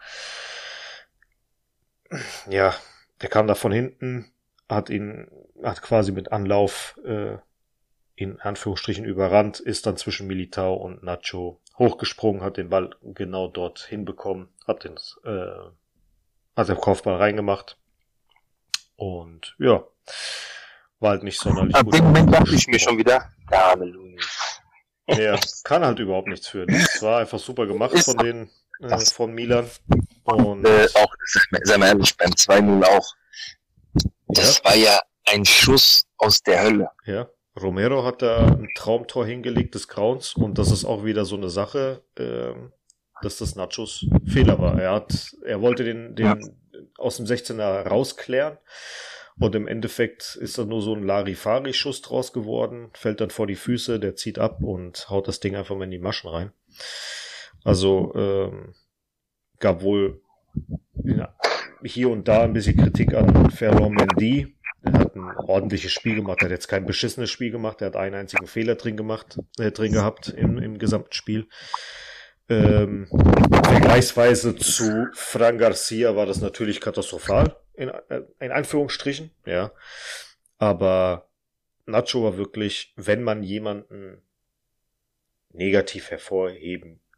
Ja, der kam da von hinten, hat ihn, hat quasi mit Anlauf äh, in Anführungsstrichen überrannt, ist dann zwischen Militao und Nacho hochgesprungen, hat den Ball genau dort hinbekommen, hat den, äh, hat den Kopfball reingemacht und ja, war halt nicht sonderlich Ab gut. dem Moment dachte ich mir schon wieder, ja, Halleluja. Ja, kann halt überhaupt nichts für. Es war einfach super gemacht von den, äh, von Milan. Und äh, auch, sei mal ehrlich, beim zwei null auch. Das ja. war ja ein Schuss aus der Hölle. Ja, Romero hat da ein Traumtor hingelegt des Grauens und das ist auch wieder so eine Sache, ähm, dass das Nachos Fehler war. Er hat, er wollte den, den ja. aus dem sechzehner rausklären und im Endeffekt ist da nur so ein Larifari-Schuss draus geworden, fällt dann vor die Füße, der zieht ab und haut das Ding einfach mal in die Maschen rein. Also ähm, gab wohl ja, hier und da ein bisschen Kritik an Ferland Mendy. Er hat ein ordentliches Spiel gemacht, er hat jetzt kein beschissenes Spiel gemacht, er hat einen einzigen Fehler drin gemacht, äh, drin gehabt im, im gesamten Spiel. Ähm, vergleichsweise zu Fran Garcia war das natürlich katastrophal, in, in Anführungsstrichen, ja. Aber Nacho war wirklich, wenn man jemanden negativ hervorheben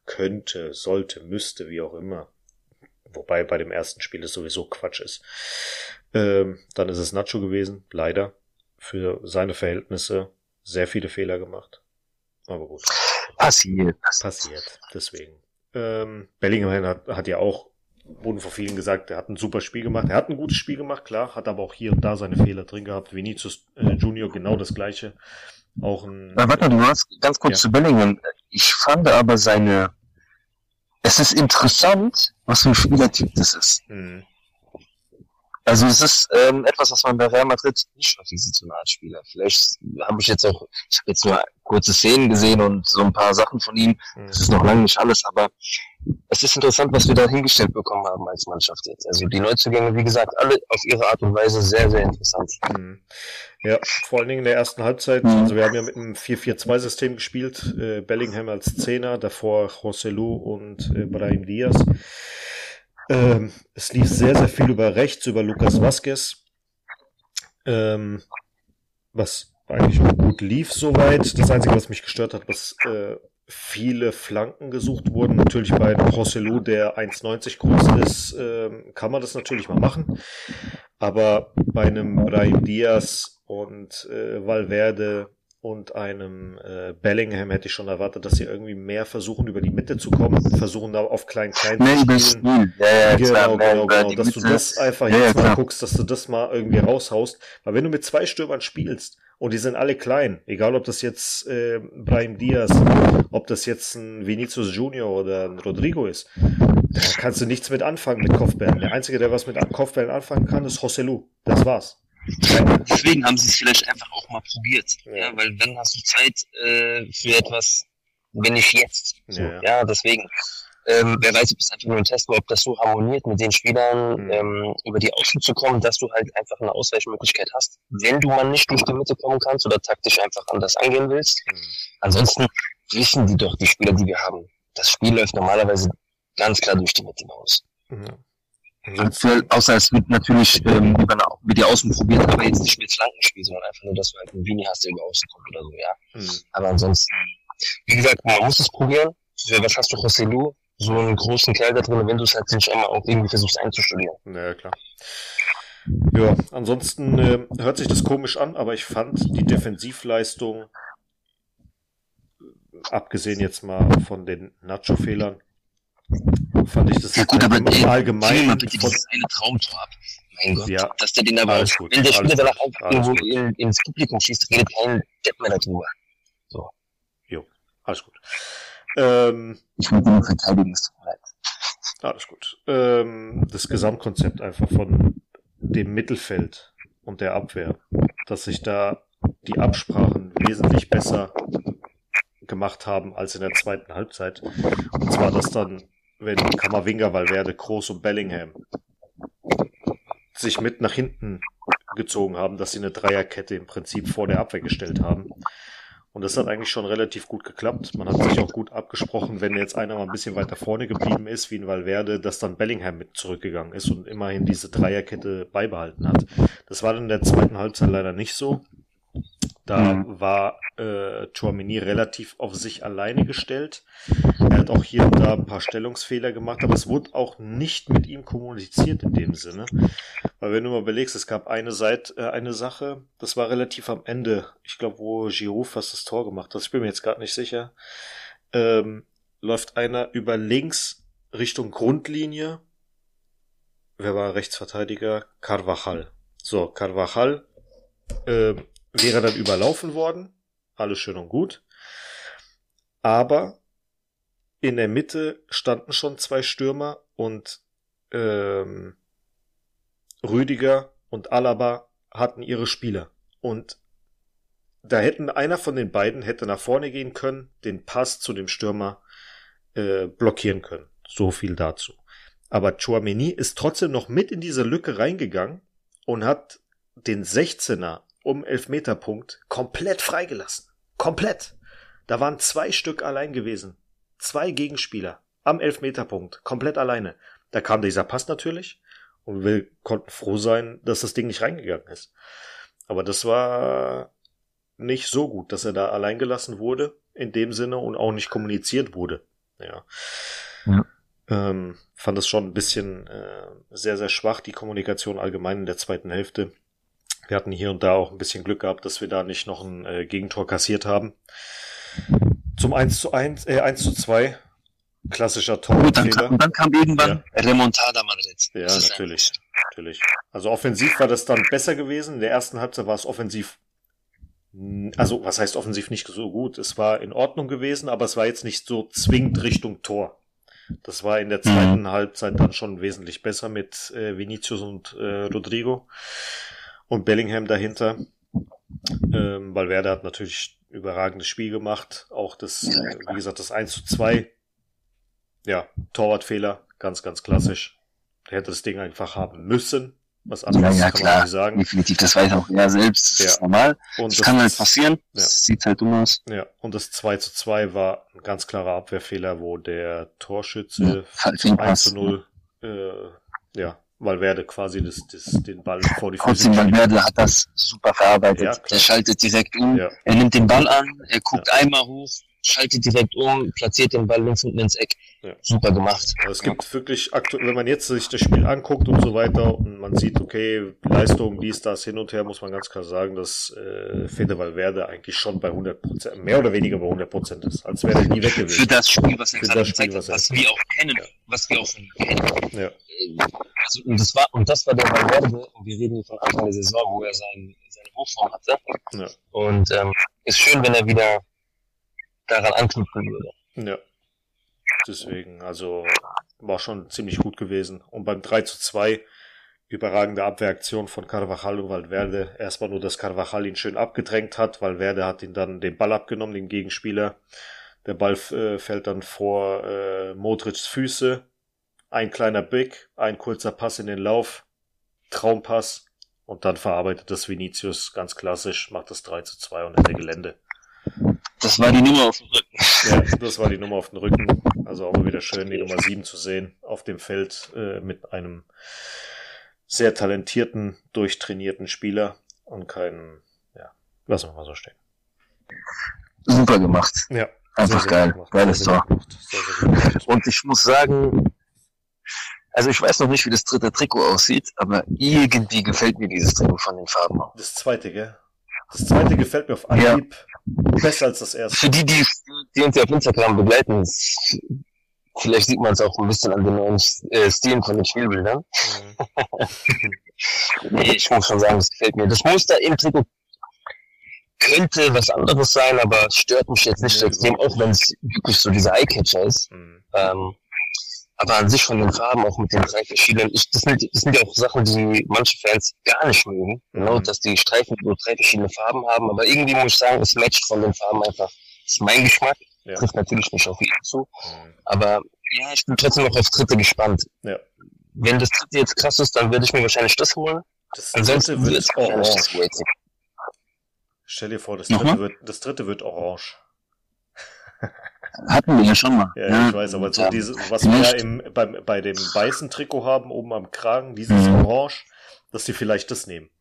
könnte, sollte, müsste, wie auch immer. Wobei bei dem ersten Spiel es sowieso Quatsch ist. Ähm, dann ist es Nacho gewesen, leider. Für seine Verhältnisse sehr viele Fehler gemacht. Aber gut. Passiert. Passiert, deswegen. Ähm, Bellingham hat, hat ja auch, wurden vor vielen gesagt, er hat ein super Spiel gemacht. Er hat ein gutes Spiel gemacht, klar, hat aber auch hier und da seine Fehler drin gehabt. Vinicius äh, Junior genau das Gleiche. Auch ein... Na, warte, du hast ganz kurz ja. zu Bellingham. Ich fand aber seine... Es ist interessant, was für ein Spielertyp das ist. Mhm. Also es ist ähm, etwas, was man bei Real Madrid nicht häufig sieht, so eine Art Spieler. Vielleicht habe ich jetzt auch, ich habe jetzt nur kurze Szenen gesehen und so ein paar Sachen von ihm. Das ist noch lange nicht alles, aber es ist interessant, was wir da hingestellt bekommen haben als Mannschaft jetzt. Also die Neuzugänge, wie gesagt, alle auf ihre Art und Weise sehr, sehr interessant. Mhm. Ja, vor allen Dingen in der ersten Halbzeit. Mhm. Also wir haben ja mit einem vier vier zwei System gespielt. Äh, Bellingham als Zehner, davor Joselu und äh, Brahim Diaz. Ähm, es lief sehr, sehr viel über rechts, über Lucas Vazquez, ähm, was eigentlich auch gut lief soweit. Das Einzige, was mich gestört hat, was äh, viele Flanken gesucht wurden. Natürlich bei Joselu, der eins neunzig groß ist, äh, kann man das natürlich mal machen. Aber bei einem Brahim Diaz und äh, Valverde und einem äh, Bellingham hätte ich schon erwartet, dass sie irgendwie mehr versuchen, über die Mitte zu kommen, versuchen da auf klein-klein zu spielen. Ja, ja, genau, klar, genau, mehr genau, dass Mitte. du das einfach Ja, jetzt ja, mal klar. guckst, dass du das mal irgendwie raushaust. Weil wenn du mit zwei Stürmern spielst und die sind alle klein, egal ob das jetzt äh, Brahim Diaz, ob das jetzt ein Vinicius Junior oder ein Rodrigo ist, da kannst du nichts mit anfangen mit Kopfbällen. Der Einzige, der was mit Kopfbällen anfangen kann, ist Joselu. Das war's. Deswegen haben sie es vielleicht einfach auch mal probiert. Ja. Ja, weil dann hast du Zeit äh, für etwas, wenn nicht jetzt. So, Ja. ja. deswegen. Ähm, wer weiß, ob es einfach nur ein Test war, ob das so harmoniert mit den Spielern, Mhm. ähm, über die Außen zu kommen, dass du halt einfach eine Ausweichmöglichkeit hast. Wenn du mal nicht durch die Mitte kommen kannst oder taktisch einfach anders angehen willst. Mhm. Ansonsten wissen die doch, die Spieler, die wir haben. Das Spiel läuft normalerweise ganz klar durch die Mitte bei uns. Mhm. Aktuell, außer es wird natürlich ähm, über, eine, über die Außen probiert, aber jetzt nicht mit Flankenspiel, sondern einfach nur, dass du halt einen Vini hast, der über Außen kommt oder so, ja. Mhm. Aber ansonsten, wie gesagt, man muss es probieren. Für was hast du Joselu? So einen großen Kerl da drin, wenn du es halt nicht einmal auch irgendwie versuchst einzustudieren. Ja, klar. Ja, ansonsten äh, hört sich das komisch an, aber ich fand die Defensivleistung, abgesehen jetzt mal von den Nacho-Fehlern, fand ich das Ja gut, aber ey, allgemein zieh mal bitte von, dieses eine Traumtor ab. Mein Gott, Ja, dass der den aber, alles gut, wenn der Spieler alles danach gut, einfach alles irgendwo gut. in, ins Publikum schießt, redet kein Depp mehr darüber. Jo, alles gut. Ähm, Ich wollte nur verteidigen, es tut mir leid. Alles gut. Ähm, das Gesamtkonzept einfach von dem Mittelfeld und der Abwehr, dass sich da die Absprachen wesentlich besser gemacht haben als in der zweiten Halbzeit. Und zwar, dass dann, wenn Camavinga, Valverde, Kroos und Bellingham sich mit nach hinten gezogen haben, dass sie eine Dreierkette im Prinzip vor der Abwehr gestellt haben. Und das hat eigentlich schon relativ gut geklappt. Man hat sich auch gut abgesprochen, wenn jetzt einer mal ein bisschen weiter vorne geblieben ist, wie in Valverde, dass dann Bellingham mit zurückgegangen ist und immerhin diese Dreierkette beibehalten hat. Das war dann in der zweiten Halbzeit leider nicht so. Da Mhm. war äh, Tchouaméni relativ auf sich alleine gestellt. Er hat auch hier und da ein paar Stellungsfehler gemacht, aber es wurde auch nicht mit ihm kommuniziert in dem Sinne. Weil wenn du mal überlegst, es gab eine Seite, äh, eine Sache, das war relativ am Ende, ich glaube, wo Giroud fast das Tor gemacht hat, ich bin mir jetzt gerade nicht sicher, ähm, läuft einer über links Richtung Grundlinie. Wer war Rechtsverteidiger? Carvajal. So, Carvajal äh, wäre dann überlaufen worden. Alles schön und gut. Aber in der Mitte standen schon zwei Stürmer und ähm, Rüdiger und Alaba hatten ihre Spieler. Und da hätten einer von den beiden hätte nach vorne gehen können, den Pass zu dem Stürmer äh, blockieren können. So viel dazu. Aber Tchouaméni ist trotzdem noch mit in diese Lücke reingegangen und hat den sechzehner um Elfmeterpunkt komplett freigelassen. Komplett. Da waren zwei Stück allein gewesen. Zwei Gegenspieler am Elfmeterpunkt. Komplett alleine. Da kam dieser Pass natürlich und wir konnten froh sein, dass das Ding nicht reingegangen ist. Aber das war nicht so gut, dass er da allein gelassen wurde in dem Sinne und auch nicht kommuniziert wurde. Ja. Ja. Ähm, fand es schon ein bisschen äh, sehr, sehr schwach, die Kommunikation allgemein in der zweiten Hälfte. Wir hatten hier und da auch ein bisschen Glück gehabt, dass wir da nicht noch ein äh, Gegentor kassiert haben. Zum eins zu eins, äh, eins zu zwei, klassischer Gut, dann Torwartfehler. kam, und dann kam irgendwann Remontada Madrid. Ja, Das ist natürlich, natürlich. Also offensiv war das dann besser gewesen. In der ersten Halbzeit war es offensiv, also was heißt offensiv nicht so gut? Es war in Ordnung gewesen, aber es war jetzt nicht so zwingend Richtung Tor. Das war in der zweiten mhm. Halbzeit dann schon wesentlich besser mit äh, Vinicius und äh, Rodrigo und Bellingham dahinter. Ähm, Valverde hat natürlich ein überragendes Spiel gemacht. Auch das, äh, wie gesagt, das eins zu zwei. Ja, Torwartfehler, ganz, ganz klassisch. Der hätte das Ding einfach haben müssen. Was anderes ja, ja, kann klar, man nicht sagen. Definitiv, das weiß auch er selbst. Das ja. ist normal. Und das, das kann halt ist, passieren. Ja. Das sieht halt dumm aus. Ja, und das zwei zu zwei war ein ganz klarer Abwehrfehler, wo der Torschütze ja, zum eins zu null, äh, ja, Valverde quasi das, das, den Ball vor die Füße. Trotzdem, Valverde hat das super verarbeitet. Ja, er schaltet direkt um. Ja. Er nimmt den Ball an, er guckt ja. einmal hoch, schaltet direkt um, platziert den Ball links unten ins Eck. Ja. Super gemacht. Also es gibt wirklich aktuell, wenn man jetzt sich das Spiel anguckt und so weiter und man sieht, okay, Leistung, dies, das, hin und her, muss man ganz klar sagen, dass äh, Fede Valverde eigentlich schon bei hundert Prozent, mehr oder weniger bei hundert Prozent ist, als wäre er nie weg gewesen. Für das Spiel, was er Für gerade das Spiel, gezeigt hat, was, was wir auch kennen, ja. was wir auch von ihm kennen. Ja. Also, und das war, und das war der Valverde, und wir reden hier von Anfang der Saison, wo er sein, seine Hochform hatte. Ja. Und ähm, ist schön, wenn er wieder daran anknüpfen würde. Ja. Deswegen, also war schon ziemlich gut gewesen. Und beim drei zu zwei, überragende Abwehraktion von Carvajal und Valverde. Erstmal nur, dass Carvajal ihn schön abgedrängt hat. Valverde hat ihn dann den Ball abgenommen, den Gegenspieler. Der Ball äh, fällt dann vor äh, Modrics Füße. Ein kleiner Blick, ein kurzer Pass in den Lauf, Traumpass und dann verarbeitet das Vinicius ganz klassisch, macht das drei zu zwei und hätte Gelände. Das war die Nummer auf dem Rücken. Ja, das war die Nummer auf dem Rücken. Also auch mal wieder schön, die Nummer sieben zu sehen auf dem Feld äh, mit einem sehr talentierten, durchtrainierten Spieler und keinen, ja, lassen wir mal so stehen. Super gemacht. Ja. Einfach sehr, geil. Sehr gemacht. Geiles sehr, Tor. sehr sehr, sehr gut gemacht. Und ich muss sagen, also ich weiß noch nicht, wie das dritte Trikot aussieht, aber irgendwie gefällt mir dieses Trikot von den Farben auch. Das zweite, gell? Das zweite gefällt mir auf Anhieb ja. besser als das erste. Für die, die, die uns ja auf Instagram begleiten, vielleicht sieht man es auch ein bisschen an den neuen äh, Stilen von den Spielbildern. Mhm. Nee, ich muss schon sagen, das gefällt mir. Das Muster im Trikot könnte was anderes sein, aber stört mich jetzt nicht so extrem, auch wenn es wirklich so dieser Eyecatcher ist. Mhm. Ähm, aber an sich von den Farben, auch mit den drei verschiedenen, ich, das, sind, das sind ja auch Sachen, die manche Fans gar nicht mögen, genau, mhm. dass die Streifen so drei verschiedene Farben haben, aber irgendwie muss ich sagen, es matcht von den Farben einfach. Das ist mein Geschmack, ja. Trifft natürlich nicht auf jeden zu, mhm. aber ja, ich bin trotzdem noch aufs dritte gespannt. Ja. Wenn das dritte jetzt krass ist, dann würde ich mir wahrscheinlich das holen. Das Ansonsten wird es wahrscheinlich das Waiting. Stell dir vor, das dritte, wird, das dritte wird orange. Hatten wir ja schon mal. Ja, ja. ich weiß, aber so diese, was wir ja im, beim, bei dem weißen Trikot haben, oben am Kragen, dieses mhm. Orange, dass die vielleicht das nehmen.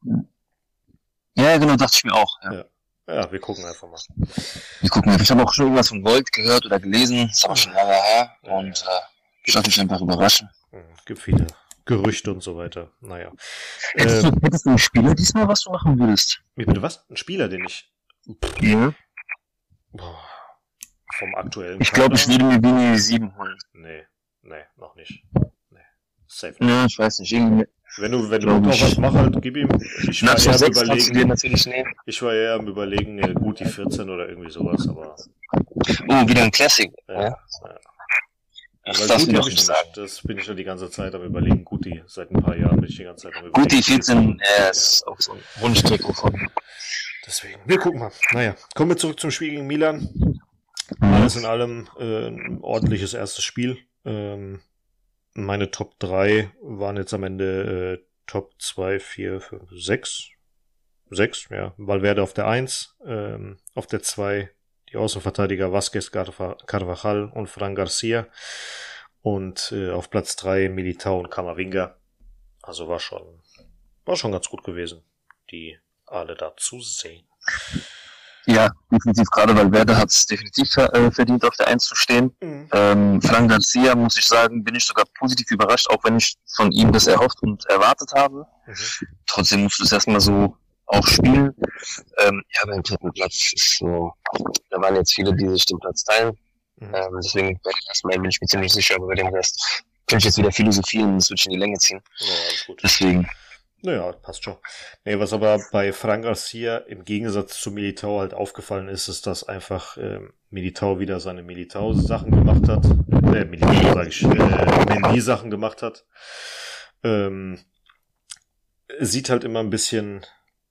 Ja, genau, dachte ich mir auch. Ja, ja. ja wir gucken einfach mal. Wir gucken einfach. Ich habe auch schon irgendwas von Volt gehört oder gelesen, das ist aber schon lange her. Ja, und äh, ich lasse mich einfach überraschen. Es gibt viele Gerüchte und so weiter. Naja. Hättest, ähm, du, hättest du einen Spieler diesmal, was du machen würdest? Wie bitte was? Ein Spieler, den ich... Pff, ja. Boah. Vom aktuellen Ich glaube, ich würde mir Vini sieben holen. Nee, nee, noch nicht. Nee. Safe nicht. Ja, ich weiß nicht. Irgendwie wenn du, wenn du noch was machst, halt, gib ihm. Ich war eher am Überlegen. Natürlich nehmen. Ich war eher am Überlegen, äh, gut die vierzehn oder irgendwie sowas, aber. Oh, wieder ein Classic. Ja. ja. ja. Ach, das darf ich noch nicht sagen. Das bin ich schon die ganze Zeit am Überlegen. Guti, seit ein paar Jahren bin ich die ganze Zeit am Überlegen. Guti vierzehn, er ist auch so ein Wunschtrikot von mir. Deswegen, wir gucken mal. Naja, kommen wir zurück zum Spiel gegen Milan. Alles in allem äh, ein ordentliches erstes Spiel. Ähm, meine Top drei waren jetzt am Ende äh, Top zwei, vier, fünf, sechs. sechs, ja. Valverde auf der eins, ähm, auf der zwei die Außenverteidiger Vázquez, Carvajal und Fran Garcia. Und äh, auf Platz drei Militao und Camavinga. Also war schon, war schon ganz gut gewesen, die alle da zu sehen. Ja, definitiv, gerade weil Werder hat es definitiv äh, verdient, auf der Eins zu stehen. Mhm. Ähm, Fran Garcia, muss ich sagen, bin ich sogar positiv überrascht, auch wenn ich von ihm das erhofft und erwartet habe. Mhm. Trotzdem musst du es erstmal so auch spielen. Ähm, ja, beim dritten Platz ist so, da waren jetzt viele, die sich den Platz teilen. Mhm. Ähm, deswegen bei dem ersten Mal bin ich mir ziemlich sicher, aber bei dem Rest könnte ich jetzt wieder philosophieren und es wird schon in die Länge ziehen. Ja, alles gut. Deswegen. Naja, passt schon. Nee, was aber bei Fran Garcia im Gegensatz zu Militao halt aufgefallen ist, ist, dass einfach äh, Militao wieder seine Militao-Sachen gemacht hat. Äh, Militao sage ich, äh, Mendy-Sachen gemacht hat. Ähm, sieht halt immer ein bisschen,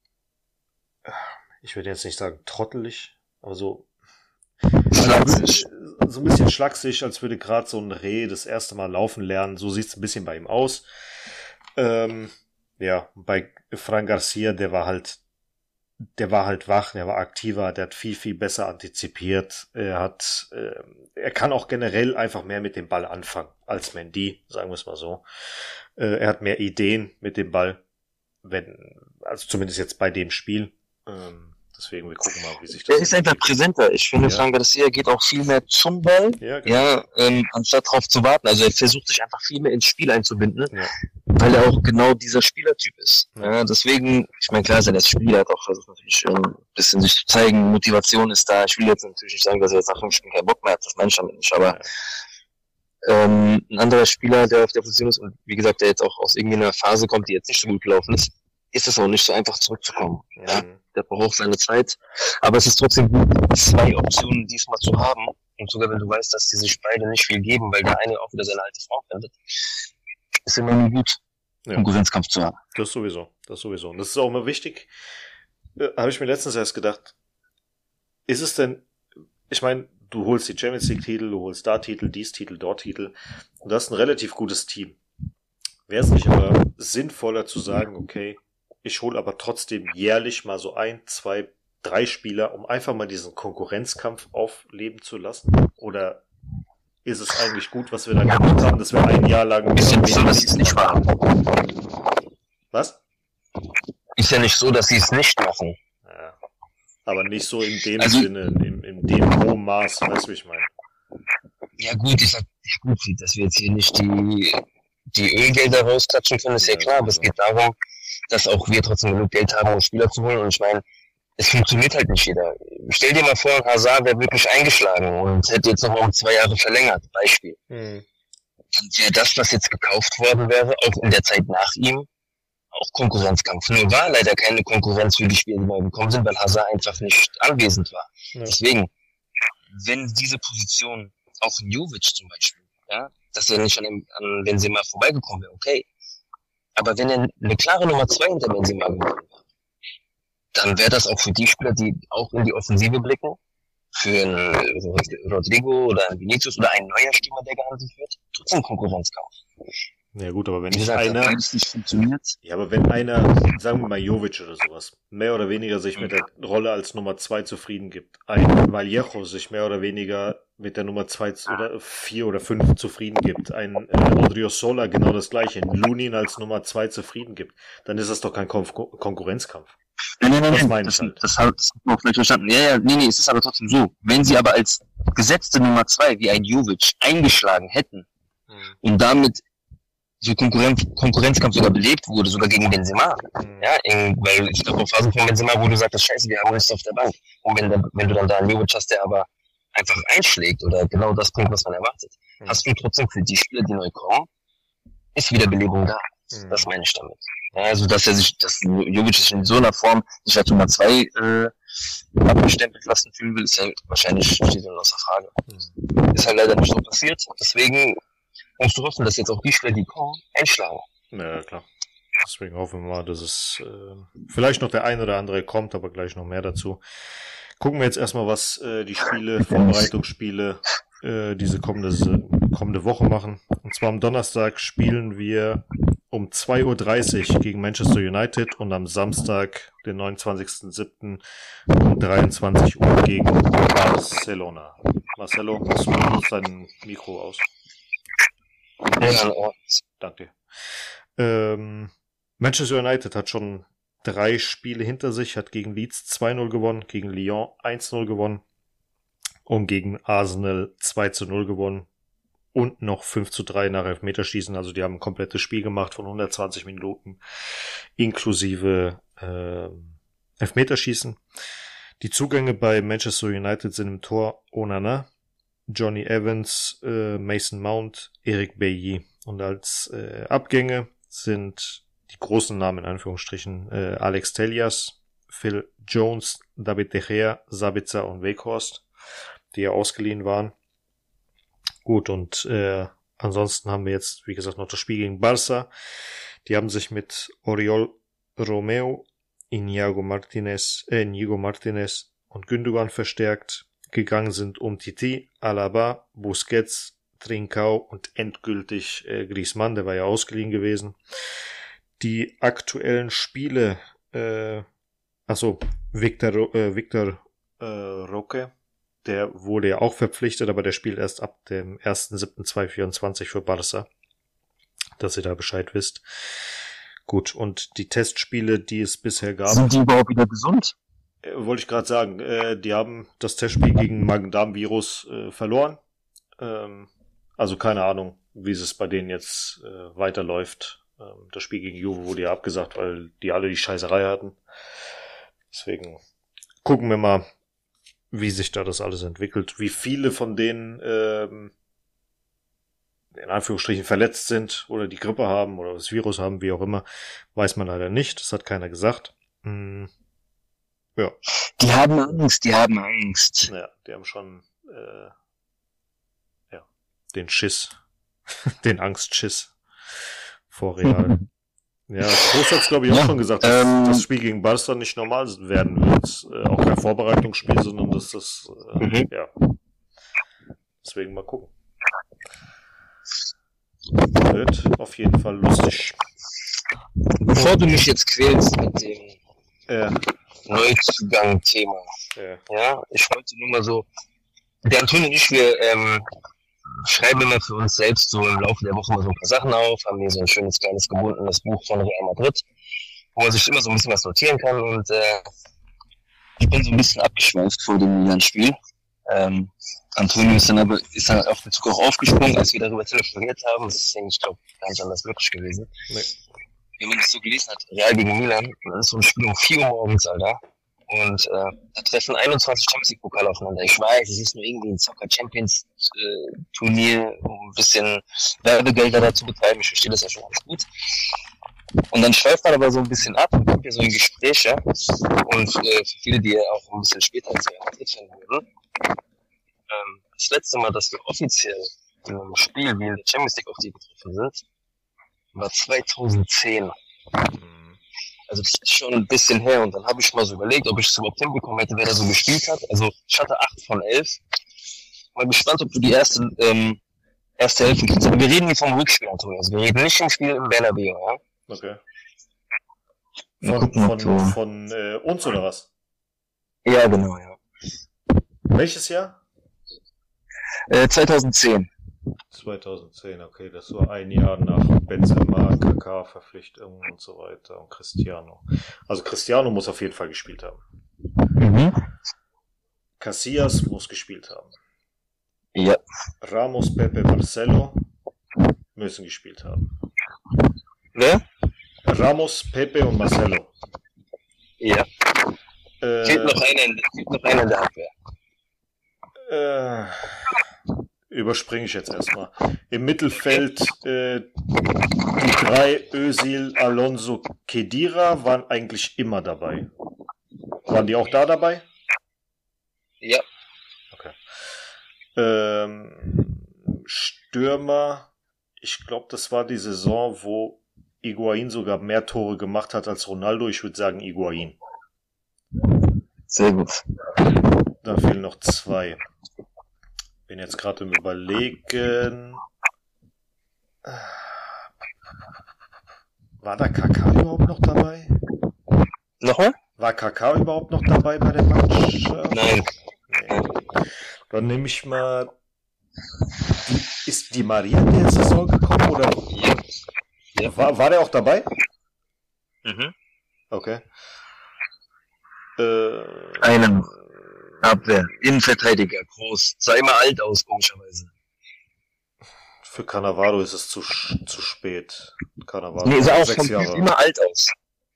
ich würde jetzt nicht sagen trottelig, aber so, also, so ein bisschen schlaksig, als würde gerade so ein Reh das erste Mal laufen lernen. So sieht's ein bisschen bei ihm aus. Ähm, Ja, bei Fran Garcia, der war halt, der war halt wach, der war aktiver, der hat viel, viel besser antizipiert. Er hat, äh, er kann auch generell einfach mehr mit dem Ball anfangen als Mendy, sagen wir es mal so. Äh, er hat mehr Ideen mit dem Ball, wenn, also zumindest jetzt bei dem Spiel. Ähm, deswegen, wir gucken mal, wie sich das... Er ist einfach präsenter. Ich finde, ja. Fran Garcia geht auch viel mehr zum Ball, ja, genau. ja ähm, anstatt darauf zu warten. Also er versucht sich einfach viel mehr ins Spiel einzubinden, ja. weil er auch genau dieser Spielertyp ist. Ja. Ja, deswegen, ich meine, klar ist er der Spieler, hat auch versucht natürlich ähm, ein bisschen sich zu zeigen, Motivation ist da. Ich will jetzt natürlich nicht sagen, dass er jetzt nach fünf Spielen keinen Bock mehr hat, das meine ich damit nicht, aber ja. ähm, ein anderer Spieler, der auf der Position ist und wie gesagt, der jetzt auch aus irgendeiner Phase kommt, die jetzt nicht so gut gelaufen ist, ist es auch nicht so einfach zurückzukommen. Ja. Mhm. Der braucht seine Zeit. Aber es ist trotzdem gut, zwei Optionen diesmal zu haben. Und sogar wenn du weißt, dass die sich beide nicht viel geben, weil der eine auch wieder seine alte Frau findet, ist immer nur gut, ja. Konkurrenzkampf zu haben. Das sowieso. Das sowieso. Und das ist auch immer wichtig. Äh, habe ich mir letztens erst gedacht, ist es denn, ich meine, du holst die Champions League Titel, du holst da Titel, dies Titel, dort Titel. Und das ist ein relativ gutes Team. Wäre es nicht aber sinnvoller zu sagen, okay, ich hole aber trotzdem jährlich mal so ein, zwei, drei Spieler, um einfach mal diesen Konkurrenzkampf aufleben zu lassen? Oder ist es eigentlich gut, was wir da gemacht haben, dass wir ein Jahr lang... Ist ja nicht so, dass sie es nicht machen. Was? Ist ja nicht so, dass sie es nicht machen. Ja. Aber nicht so in dem also, Sinne, in, in dem hohen Maß, weißt du, wie ich meine? Ja gut, ich sag nicht gut, dass wir jetzt hier nicht die, die Ölgelder rausklatschen können, ist ja, ja klar, aber es geht darum, dass auch wir trotzdem genug Geld haben, um Spieler zu holen. Und ich meine, es funktioniert halt nicht jeder. Stell dir mal vor, Hazard wäre wirklich eingeschlagen und hätte jetzt noch mal um zwei Jahre verlängert, Beispiel. Mhm. Dann wäre das, was jetzt gekauft worden wäre, auch in der Zeit nach ihm, auch Konkurrenzkampf. Nur war leider keine Konkurrenz für die Spieler, die neu gekommen sind, weil Hazard einfach nicht anwesend war. Ja. Deswegen, wenn diese Position, auch Jovic zum Beispiel, ja, dass er nicht an, dem, an Benzema vorbeigekommen wäre, okay. Aber wenn er eine klare Nummer zwei hinter Benzema geworden wäre, dann wäre das auch für die Spieler, die auch in die Offensive blicken, für einen Rodrigo oder einen Vinicius oder einen neuer Stürmer, der gehandelt wird, trotzdem Konkurrenzkampf. Ja gut, aber wenn Wie nicht gesagt, einer... nicht funktioniert. Ja, aber wenn einer, sagen wir mal Jovic oder sowas, mehr oder weniger sich mit der Rolle als Nummer zwei zufrieden gibt, ein Vallejo sich mehr oder weniger mit der Nummer zwei oder vier oder fünf zufrieden gibt, ein äh, Odriozola genau das gleiche, ein Lunin als Nummer zwei zufrieden gibt, dann ist das doch kein Kon- Konkurrenzkampf. Nein, nein, nein, nein. Das, halt. das, das, das hat man vielleicht verstanden. Ja, ja, nee, nee, es ist aber trotzdem so. Wenn sie aber als gesetzte Nummer zwei wie ein Jovic eingeschlagen hätten mhm. und damit so Konkurrenz, Konkurrenzkampf sogar belebt wurde, sogar gegen Benzema. Mhm. Ja, in, weil ich glaube, auf Phasen von Benzema, wo du sagst, scheiße, wir haben nichts auf der Bank. Und wenn, der, wenn du dann da einen Jovic hast, der aber einfach einschlägt oder genau das bringt, was man erwartet, mhm. hast du trotzdem für die Spieler, die neu kommen, ist wieder Belebung da. Mhm. Das meine ich damit. Ja, also, dass er sich, dass Jovic sich in so einer Form sich als Nummer zwei äh, abgestempelt lassen fühlen will, ist ja wahrscheinlich steht dann außer Frage. Mhm. Ist halt leider nicht so passiert. Deswegen musst du hoffen, dass jetzt auch die Spieler, die kommen, einschlagen. Ja, klar. Deswegen hoffen wir mal, dass es äh, vielleicht noch der ein oder andere kommt, aber gleich noch mehr dazu. Gucken wir jetzt erstmal, was äh, die Spiele, Vorbereitungsspiele äh, diese kommende, kommende Woche machen. Und zwar am Donnerstag spielen wir um zwei Uhr dreißig gegen Manchester United und am Samstag, den neunundzwanzigsten siebten um dreiundzwanzig Uhr gegen Barcelona. Marcelo, machst du mal kurz dein Mikro aus? Ja, danke dir. Ähm, Manchester United hat schon drei Spiele hinter sich, hat gegen Leeds zwei null gewonnen, gegen Lyon eins null gewonnen und gegen Arsenal zwei zu null gewonnen und noch fünf zu drei nach Elfmeterschießen. Also die haben ein komplettes Spiel gemacht von hundertzwanzig Minuten inklusive äh, Elfmeterschießen. Die Zugänge bei Manchester United sind im Tor Onana, Johnny Evans, äh, Mason Mount, Eric Bailly. Und als äh, Abgänge sind die großen Namen in Anführungsstrichen äh, Alex Telles, Phil Jones, David De Gea, Sabitzer und Weghorst, die ja ausgeliehen waren. Gut, und äh, ansonsten haben wir jetzt, wie gesagt, noch das Spiel gegen Barça. Die haben sich mit Oriol Romeo, Inigo Martinez, äh, Inigo Martinez und Gündogan verstärkt. Gegangen sind um Titi, Alaba, Busquets, Trincao und endgültig äh, Griezmann, der war ja ausgeliehen gewesen. Die aktuellen Spiele, äh, achso, Victor, äh, Victor äh, Roque, der wurde ja auch verpflichtet, aber der spielt erst ab dem ersten siebten zweitausendvierundzwanzig für Barça, dass ihr da Bescheid wisst. Gut, und die Testspiele, die es bisher gab... Sind die überhaupt wieder gesund? Äh, wollte ich gerade sagen, äh, die haben das Testspiel gegen Magen-Darm-Virus äh, verloren. Ähm, also keine Ahnung, wie es bei denen jetzt äh, weiterläuft. Ähm, das Spiel gegen Juve wurde ja abgesagt, weil die alle die Scheißerei hatten. Deswegen gucken wir mal, wie sich da das alles entwickelt. Wie viele von denen ähm, in Anführungsstrichen verletzt sind oder die Grippe haben oder das Virus haben, wie auch immer, weiß man leider nicht. Das hat keiner gesagt. Hm. Ja. Die haben Angst, die haben Angst. Ja, die haben schon äh, ja, den Schiss, den Angstschiss vor Real. Ja, Groß hat's glaube ich auch ja, schon gesagt, dass ähm, das Spiel gegen Barca nicht normal werden wird. Äh, auch kein Vorbereitungsspiel, sondern dass das, äh, mhm. ja. Deswegen mal gucken. Wird auf jeden Fall lustig. Bevor du mich jetzt quälst mit dem Ja. Neuzugang-Thema. Ja. Ja, ich wollte nur mal so, der Antonio und ich, wir ähm, schreiben immer für uns selbst so im Laufe der Woche mal so ein paar Sachen auf, haben hier so ein schönes kleines gebundenes Buch von Real Madrid, wo man sich immer so ein bisschen was notieren kann und äh, ich bin so ein bisschen abgeschweift vor dem Milan-Spiel. Ähm, Antonio ist dann aber ist dann auf den Zug auch aufgesprungen, als wir darüber telefoniert haben. Das ist, ich glaube, gar nicht anders möglich gewesen. Nee. Wenn man das so gelesen hat, Real gegen Milan, dann ist so ein Spiel um vier Uhr morgens, Alter. Und äh, da treffen einundzwanzig Champions League Pokale aufeinander. Ich weiß, es ist nur irgendwie ein Soccer Champions äh, Turnier, um ein bisschen Werbegelder dazu betreiben. Ich verstehe das ja schon ganz gut. Und dann schweift man aber so ein bisschen ab und kommt ja so in Gespräche. Und äh, für viele, die ja auch ein bisschen später als Real Madrid-Fan wurden, ähm, das letzte Mal, dass wir offiziell in einem Spiel wie in der Champions League auf die getroffen sind, war zweitausendzehn. Also das ist schon ein bisschen her und dann habe ich mal so überlegt, ob ich es überhaupt hinbekommen hätte, wer da so gespielt hat. Also ich hatte acht von elf. Mal gespannt, ob du die erste, ähm, erste Hälfte kriegst. Aber wir reden hier vom Rückspiel, Antonio. Also wir reden nicht im Spiel im Bernabeu, ja? Okay. Mal Von, gucken, ob von, du- von äh, uns oder was? Ja, genau, ja. Welches Jahr? Äh, zweitausendzehn. zweitausendzehn, okay, das war ein Jahr nach Benzema, Kaká, Verpflichtung und so weiter und Cristiano. Also Cristiano muss auf jeden Fall gespielt haben. Mhm. Casillas muss gespielt haben. Ja. Ramos, Pepe, Marcelo müssen gespielt haben. Wer? Ramos, Pepe und Marcelo. Ja. Äh, Fehlt noch einer in, fehlt noch einer in der Abwehr. Äh, überspringe ich jetzt erstmal. Im Mittelfeld äh, die drei Özil, Alonso, Khedira waren eigentlich immer dabei. Waren die auch da dabei? Ja. Okay. Ähm, Stürmer, ich glaube, das war die Saison, wo Higuaín sogar mehr Tore gemacht hat als Ronaldo. Ich würde sagen Higuaín. Sehr gut. Da fehlen noch zwei. Bin jetzt gerade im Überlegen. War da Kaká überhaupt noch dabei? Nochmal? War Kaká überhaupt noch dabei bei der Mannschaft? Nein. Nee. Dann nehme ich mal. Die, ist Di Maria in der Saison gekommen oder? Ja. Ja. War, war der auch dabei? Mhm. Okay. Äh, Einen Abwehr, Innenverteidiger, groß, sah immer alt aus, komischerweise. Für Cannavaro ist es zu, zu spät. Cannavaro Nee, sah auch sechs vom Jahre. Typ immer alt aus.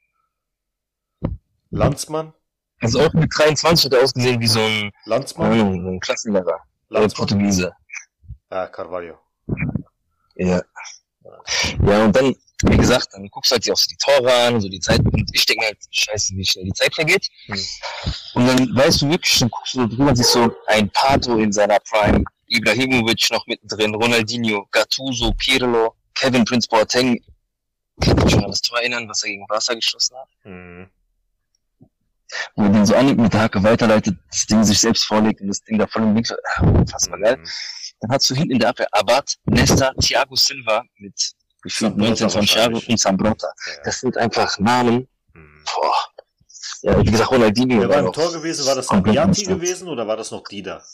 Landsmann? Also auch mit dreiundzwanzig hat er ausgesehen wie so ein, Landsmann? äh, so ein Klassenlehrer. Äh, Landsmann? Portugiese. Ah, Carvalho. Ja. Ja, und dann, wie gesagt, dann guckst du halt auch so die Tore an, so die Zeit, und ich denke halt, scheiße, wie schnell die Zeit vergeht. Hm. Und dann weißt du wirklich, dann guckst du drüber und siehst so ein Pato in seiner Prime, Ibrahimovic noch mittendrin, Ronaldinho, Gattuso, Pirlo, Kevin Prince Boateng. Kann ich mich schon an das Tor erinnern, was er gegen Barca geschossen hat? Hm. Wo er den so annimmt, mit der Hacke weiterleitet, das Ding sich selbst vorlegt und das Ding da voll im Winkel, unfassbar geil. Hm. Dann hast du hinten in der Abwehr Abad, Nesta, Thiago Silva mit gefühlt Zambrotta neunzehn, zwanzig Jahren wahrscheinlich. und Zambrotta. Ja. Das sind einfach Namen. Hm. Boah. Ja, wie gesagt, Ronaldinho Wer war im noch Tor gewesen? War das komplett Abiati instant. gewesen oder war das noch Dida?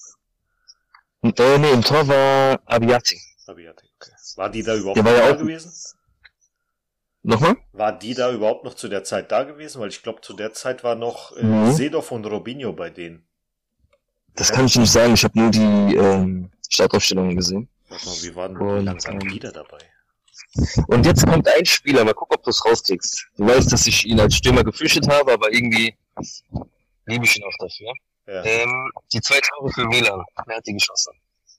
Äh, nee, im Tor war Abiati. Abiati, okay. War Dida überhaupt Der noch war ja da auch- gewesen? Nochmal? War Dida überhaupt noch zu der Zeit da gewesen? Weil ich glaube, zu der Zeit war noch äh, Mhm. Seedorf und Robinho bei denen. Das kann ich nicht sagen, ich habe nur die ähm, Startaufstellungen gesehen. Warte mal, wie war denn Und, wie lange war ähm, Dida dabei? Und jetzt kommt ein Spieler, mal gucken, ob du es rauskriegst. Du weißt, dass ich ihn als Stürmer gefürchtet habe, aber irgendwie liebe ich ihn auch dafür. Ja. Ähm, die zwei Tore für Milan, wer hat die geschossen?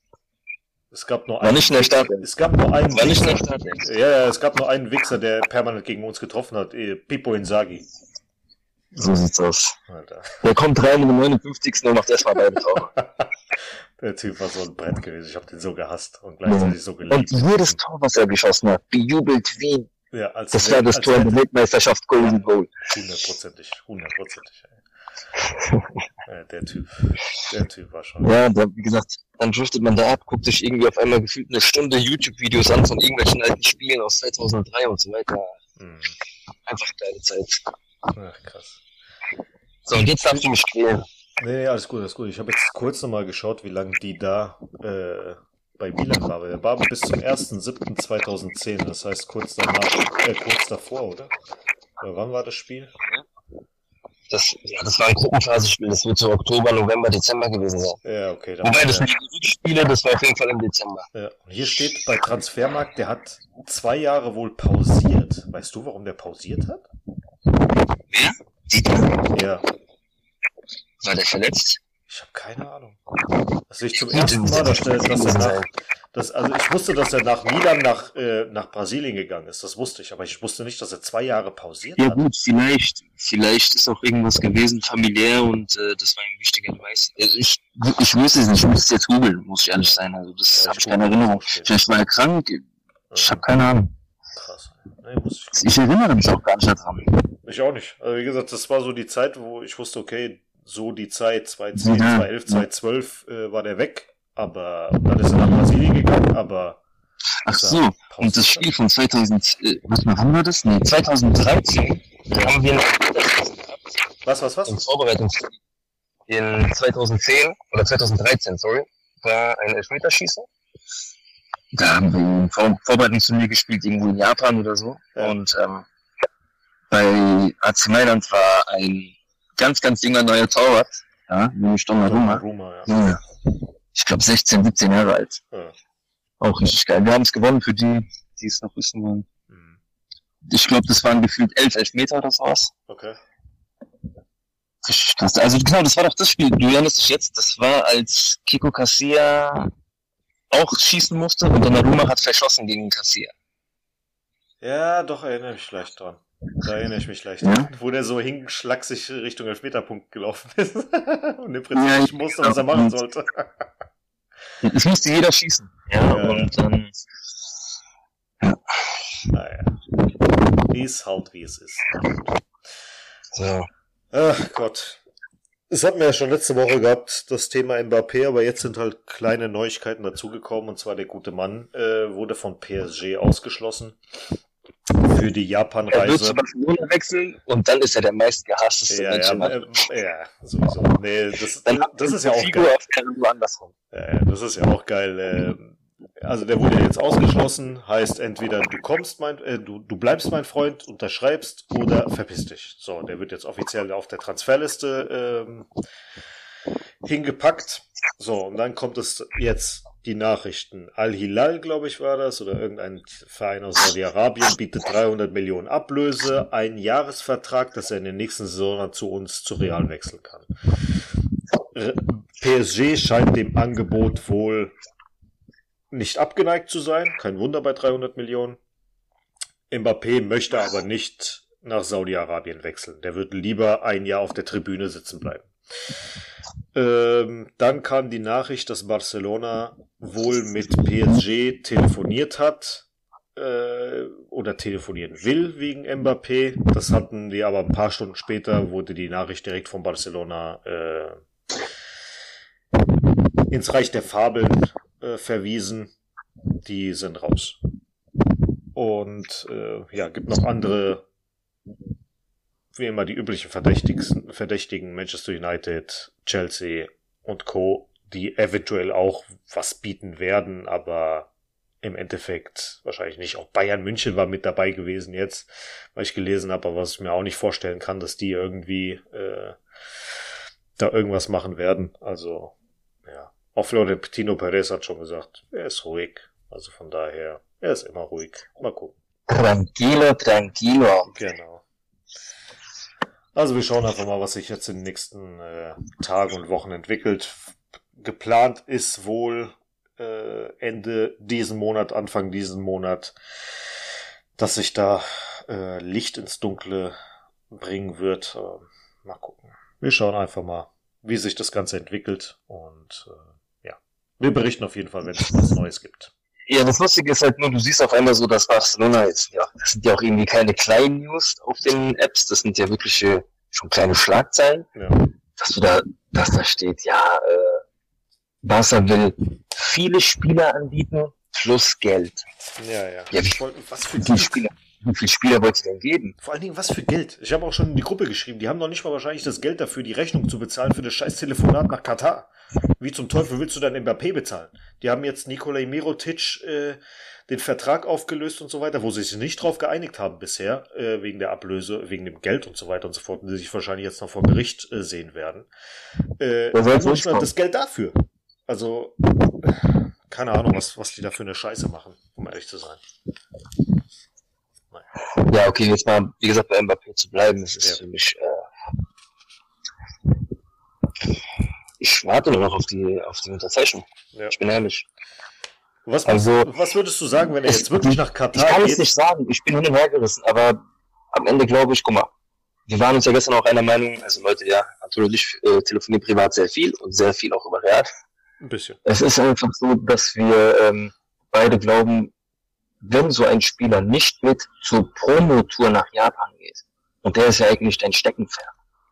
Es gab nur War einen. nicht in der Startelf. Es gab nur einen. War nicht in der Wichser. Startelf. Ja, ja, es gab nur einen Wichser, der permanent gegen uns getroffen hat. eh, Pippo Inzaghi. So sieht's aus. Alter. Der kommt rein in den neunundfünfzigsten und macht erstmal beide Tore. Der Typ war so ein Brett gewesen. Ich habe den so gehasst und gleichzeitig so geliebt. Und jedes Tor, was er geschossen hat, bejubelt wie, Ja, als das war das als Tor in der Weltmeisterschaft Golden Goal. Hundertprozentig, hundertprozentig. ey. Ja, der Typ, der Typ war schon. Ja, da, wie gesagt, dann driftet man da ab, guckt sich irgendwie auf einmal gefühlt eine Stunde YouTube-Videos an von irgendwelchen alten Spielen aus zweitausenddrei und so weiter. Mhm. Einfach geile Zeit. Ach, krass. So, und jetzt darfst du mich quälen. Nee, nee, alles gut, alles gut. Ich habe jetzt kurz nochmal geschaut, wie lange die da äh, bei Milan war. Der war bis zum ersten siebten zweitausendzehn, das heißt kurz danach, äh, kurz davor, oder? Oder wann war das Spiel? Das, ja, das war ein Gruppenphasenspiel, das wird so Oktober, November, Dezember gewesen sein. Ja, okay. Dann Wobei war das der, nicht die Rückspiele, das war auf jeden Fall im Dezember. ja. Und hier steht bei Transfermarkt, der hat zwei Jahre wohl pausiert. Weißt du, warum der pausiert hat? Wer? Dieter? Ja, War der verletzt? ich habe keine Ahnung. Das ist zum ersten Mal, dass, der, dass er nach, das, also ich wusste, dass er nach Milan nach, äh, nach Brasilien gegangen ist. Das wusste ich, aber ich wusste nicht, dass er zwei Jahre pausiert Ja hat. gut, vielleicht, vielleicht ist auch irgendwas gewesen, familiär, und äh, das war ihm wichtiger, du weißt. Also ich, ich wüsste es nicht, ich muss es jetzt googeln, muss ich ehrlich sein. Also das Ja, habe ich ich keine google, Erinnerung. das steht. Vielleicht war er krank, ich Ja, habe keine Ahnung. krass. Nee, wusste ich. Ich erinnere mich auch gar nicht daran. Ich auch nicht. Also wie gesagt, das war so die Zeit, wo ich wusste, okay, so die Zeit, zweitausendzehn, Ja. zweitauself, zweitausendzwölf äh, war der weg, aber dann ist er nach Brasilien gegangen, aber Ach ist er so, und das pausiert. Spiel von zweitausend, äh, was mal, wann war das? Nee, zweitausenddreizehn haben wir noch Was, was, was? im Vorbereitungsspiel in zweitausendzehn oder zweitausenddreizehn, sorry, war ein Elfmeterschießen. Da haben wir ein Vor Vorbereitungsturnier gespielt, irgendwo in Japan oder so. Ja. Und ähm, bei A C Mailand war ein ganz, ganz junger neuer Torwart, ja, nämlich Donnarumma. Roma, ja. Junge, ich glaube sechzehn, siebzehn Jahre alt. Ja. Auch richtig geil. Wir haben es gewonnen für die, die es noch wissen wollen. Mhm. Ich glaube, das waren gefühlt elf Elfmeter oder sowas. Okay. Richtig krass. Also genau, das war doch das Spiel. Du erinnerst dich jetzt, das war, als Kiko Casilla auch schießen musste und Donnarumma hat verschossen gegen Casilla. Ja, doch, erinnere mich leicht dran. Da erinnere ich mich leicht Ja? dran. Wo der so hingeschlagsig Richtung Elfmeterpunkt gelaufen ist. Und im Prinzip Ja, nicht wusste, was er machen und- sollte. Es musste jeder schießen. Ja, Ja. und dann, Naja. Ist halt, wie es ist. so. Ach Gott. Es hatten wir ja schon letzte Woche gehabt, das Thema Mbappé, aber jetzt sind halt kleine Neuigkeiten dazugekommen, und zwar der gute Mann äh, wurde von P S G ausgeschlossen für die Er wird Japan-Reise. zu Barcelona wechseln und dann ist er der meistgehassteste Ja, Mensch ja, im Land. äh, ja, sowieso. Nee, das, Dann das ist ja auch Figo geil. auf der Figur andersrum. Ja, das ist ja auch geil. Äh, also der wurde jetzt ausgeschlossen, heißt entweder du kommst, mein, äh, du, du bleibst mein Freund, unterschreibst oder verpiss dich. So, der wird jetzt offiziell auf der Transferliste ähm, hingepackt. So, und dann kommt es jetzt die Nachrichten. Al-Hilal, glaube ich, war das, oder irgendein Verein aus Saudi-Arabien bietet dreihundert Millionen Ablöse, einen Jahresvertrag, dass er in der nächsten Saison zu uns zu Real wechseln kann. P S G scheint dem Angebot wohl nicht abgeneigt zu sein. Kein Wunder bei dreihundert Millionen. Mbappé möchte aber nicht nach Saudi-Arabien wechseln. Der wird lieber ein Jahr auf der Tribüne sitzen bleiben. Ähm, dann kam die Nachricht, dass Barcelona wohl mit P S G telefoniert hat äh, oder telefonieren will wegen Mbappé. Das hatten die aber ein paar Stunden später, wurde die Nachricht direkt von Barcelona äh, ins Reich der Fabeln äh, verwiesen. Die sind raus. Und äh, ja, gibt noch andere, wie immer die üblichen Verdächtigen, Verdächtigen, Manchester United, Chelsea und Co., die eventuell auch was bieten werden, aber im Endeffekt wahrscheinlich nicht. Auch Bayern München war mit dabei gewesen jetzt, weil ich gelesen habe, aber was ich mir auch nicht vorstellen kann, dass die irgendwie äh, da irgendwas machen werden. Also, ja. Auch Florentino Perez hat schon gesagt, er ist ruhig. Also von daher, er ist immer ruhig. Mal gucken. Tranquilo, tranquilo. Genau. Also wir schauen einfach mal, was sich jetzt in den nächsten äh, Tagen und Wochen entwickelt. Geplant ist wohl äh, Ende diesen Monat, Anfang diesen Monat, dass sich da äh, Licht ins Dunkle bringen wird. Äh, mal gucken. Wir schauen einfach mal, wie sich das Ganze entwickelt. Und äh, ja, wir berichten auf jeden Fall, wenn es was Neues gibt. Ja, das Lustige ist halt nur, du siehst auf einmal so, dass Barcelona jetzt, ja, das sind ja auch irgendwie keine kleinen News auf den Apps, das sind ja wirklich äh, schon kleine Schlagzeilen, Ja. dass du da, dass da steht, ja, äh, Barca will viele Spieler anbieten plus Geld. Ja, ja. Ja, wie, Ich wollte, was für wie viele Geld? Spieler, wie viele Spieler wollt ihr denn geben? Vor allen Dingen, was für Geld? Ich habe auch schon in die Gruppe geschrieben, die haben noch nicht mal wahrscheinlich das Geld dafür, die Rechnung zu bezahlen für das scheiß Telefonat nach Katar. Wie zum Teufel willst du dann Mbappé bezahlen? Die haben jetzt Nikolaj Mirotic äh, den Vertrag aufgelöst und so weiter, wo sie sich nicht drauf geeinigt haben bisher, äh, wegen der Ablöse, wegen dem Geld und so weiter und so fort, und die sich wahrscheinlich jetzt noch vor Gericht äh, sehen werden. Äh, Wer soll's haben nicht nicht mal machen? das Geld dafür. Also, keine Ahnung, was, was die da für eine Scheiße machen, um ehrlich zu sein. Ja, okay, jetzt mal, wie gesagt, bei Mbappé zu bleiben, das ist Ja. für mich, äh, ich warte nur noch auf die, auf die Unterzeichnung. Ja. Ich bin ehrlich. Was, Also- was würdest du sagen, wenn er jetzt wirklich nach Ich Katar kann es geht? nicht sagen, ich bin hin und her gerissen, aber am Ende glaube ich, guck mal, wir waren uns ja gestern auch einer Meinung, also Leute, ja, natürlich äh, telefonieren privat sehr viel und sehr viel auch über Real. Ein bisschen. Es ist einfach so, dass wir ähm, beide glauben, wenn so ein Spieler nicht mit zur Promotour nach Japan geht, und der ist ja eigentlich dein Steckenpferd,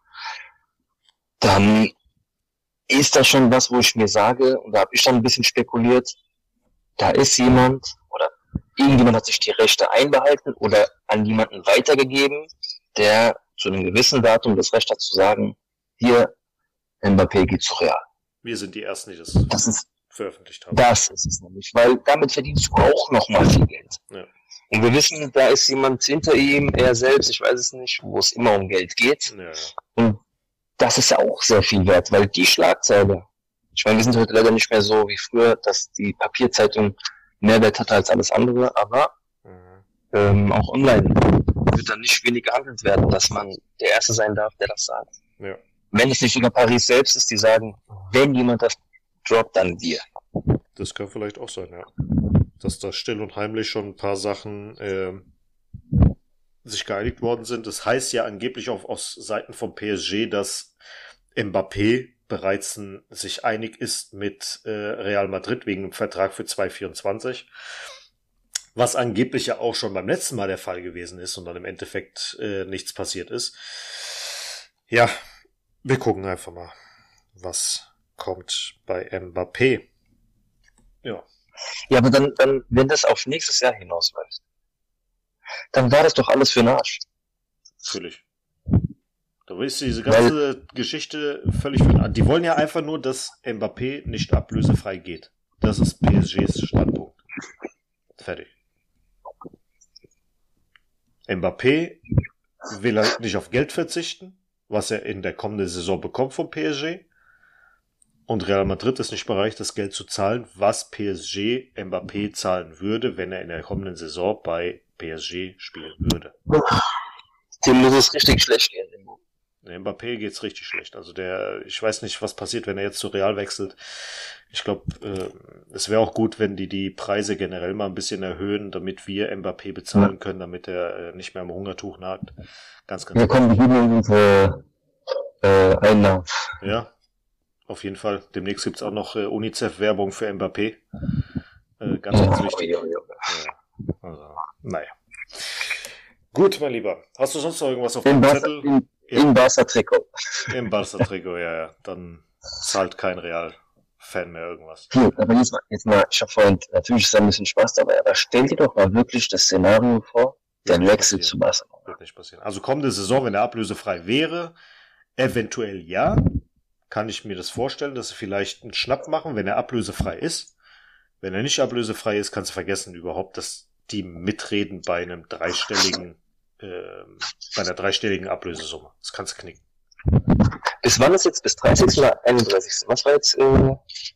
dann ist das schon was, wo ich mir sage, und da habe ich dann ein bisschen spekuliert, da ist jemand oder irgendjemand hat sich die Rechte einbehalten oder an jemanden weitergegeben, der zu einem gewissen Datum das Recht hat zu sagen, hier, Mbappé geht zu Real. Wir sind die Ersten, die das Das ist veröffentlicht haben. Das ist es nämlich, weil damit verdienst du auch nochmal viel Geld. Ja. Und wir wissen, da ist jemand hinter ihm, er selbst, ich weiß es nicht, wo es immer um Geld geht. Ja, ja. Und das ist ja auch sehr viel wert, weil die Schlagzeile, ich meine, wir sind heute leider nicht mehr so wie früher, dass die Papierzeitung mehr Wert hat als alles andere, aber Mhm. ähm, auch online wird dann nicht wenig gehandelt werden, dass man der Erste sein darf, der das sagt. Ja. Wenn es nicht sogar Paris selbst ist, die sagen, wenn jemand das droppt, dann wir. Das kann vielleicht auch sein, ja. Dass da still und heimlich schon ein paar Sachen ähm, sich geeinigt worden sind. Das heißt ja angeblich auch aus Seiten von P S G, dass Mbappé bereits ein, sich einig ist mit äh, Real Madrid wegen dem Vertrag für zwanzig vierundzwanzig. Was angeblich ja auch schon beim letzten Mal der Fall gewesen ist und dann im Endeffekt äh, nichts passiert ist. Ja, wir gucken einfach mal, was kommt bei Mbappé. Ja. Ja, aber dann, dann, wenn das auf nächstes Jahr hinausläuft, dann war das doch alles für den Arsch. Natürlich. Da ist diese ganze Geschichte völlig für den Arsch. Die wollen ja einfach nur, dass Mbappé nicht ablösefrei geht. Das ist P S Gs Standpunkt. Fertig. Mbappé will halt nicht auf Geld verzichten, was er in der kommenden Saison bekommt vom P S G. Und Real Madrid ist nicht bereit, das Geld zu zahlen, was P S G Mbappé zahlen würde, wenn er in der kommenden Saison bei P S G spielen würde. Dem muss es richtig schlecht gehen. Der Mbappé geht's richtig schlecht. Also der, ich weiß nicht, was passiert, wenn er jetzt zu Real wechselt. Ich glaube, äh, es wäre auch gut, wenn die die Preise generell mal ein bisschen erhöhen, damit wir Mbappé bezahlen können, damit er äh, nicht mehr am Hungertuch nagt. Ganz, ganz. Wir kommen hier in unsere äh, Einnahmen. Ja, auf jeden Fall. Demnächst gibt's auch noch äh, UNICEF-Werbung für Mbappé. Äh, ganz, ganz wichtig. Ja, ja, ja. Ja, also, naja. Gut, mein Lieber. Hast du sonst noch irgendwas auf Im dem Barca- Zettel? im- Ja. Im Barca-Trikot. Im Barca-Trikot, ja, ja. Dann zahlt kein Real-Fan mehr irgendwas. Hier, aber jetzt mal, jetzt mal, ich hab vorhin, natürlich ist da ein bisschen Spaß dabei, aber stell dir doch mal wirklich das Szenario vor, der Wird nicht Wechsel passieren. zu Barcelona. Wird nicht passieren. Also kommende Saison, wenn er ablösefrei wäre, eventuell ja, kann ich mir das vorstellen, dass sie vielleicht einen Schnapp machen, wenn er ablösefrei ist. Wenn er nicht ablösefrei ist, kannst du vergessen überhaupt, dass die mitreden bei einem dreistelligen, äh, bei einer dreistelligen Ablösesumme. Das kannst du knicken. Bis wann ist jetzt? Bis dreißigsten oder einunddreißigsten Was war jetzt äh,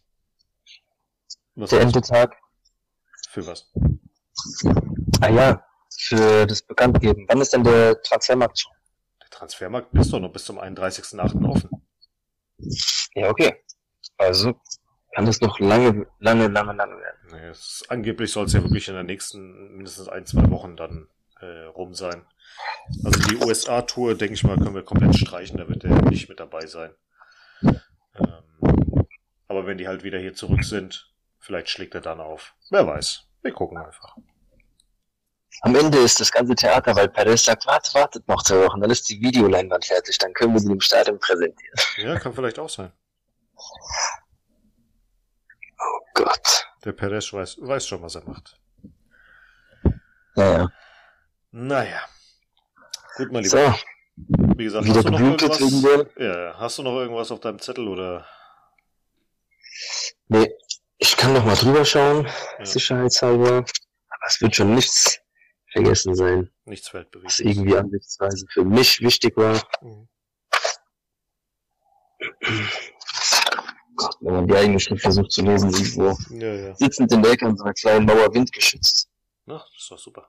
Was der meinst du? Endetag? Für was? Ah ja, für das Bekanntgeben. Wann ist denn der Transfermarkt schon? Der Transfermarkt ist doch noch bis zum einunddreißigsten achten offen. Ja, okay. Also kann das noch lange, lange, lange, lange werden. Nee, es, angeblich soll es ja wirklich in den nächsten mindestens ein, zwei Wochen dann äh, rum sein. Also die U S A-Tour, denke ich mal, können wir komplett streichen, da wird er nicht mit dabei sein. Ähm, aber wenn die halt wieder hier zurück sind, vielleicht schlägt er dann auf. Wer weiß. Wir gucken einfach. Am Ende ist das ganze Theater, weil Perez sagt, warte, wartet noch zwei Wochen, dann ist die Videoleinwand fertig, dann können wir sie im Stadion präsentieren. Ja, kann vielleicht auch sein. Oh Gott. Der Perez weiß, weiß schon, was er macht. Naja. Naja. Gut, mein Lieber. So, Wie gesagt, wieder hast du noch geblutet wegen irgendwas? dem? Ja, hast du noch irgendwas auf deinem Zettel oder? Nee, ich kann noch mal drüber schauen, Ja. sicherheitshalber. Aber es wird schon nichts vergessen sein, Nichts was Weltbewegendes. irgendwie ansichtsweise für mich wichtig war. Mhm. Gott, wenn man die eigene Schrift versucht zu lesen, irgendwo Ja, ja. sitzend in der Ecke an so einer kleinen Mauer windgeschützt. Na, das ist doch super.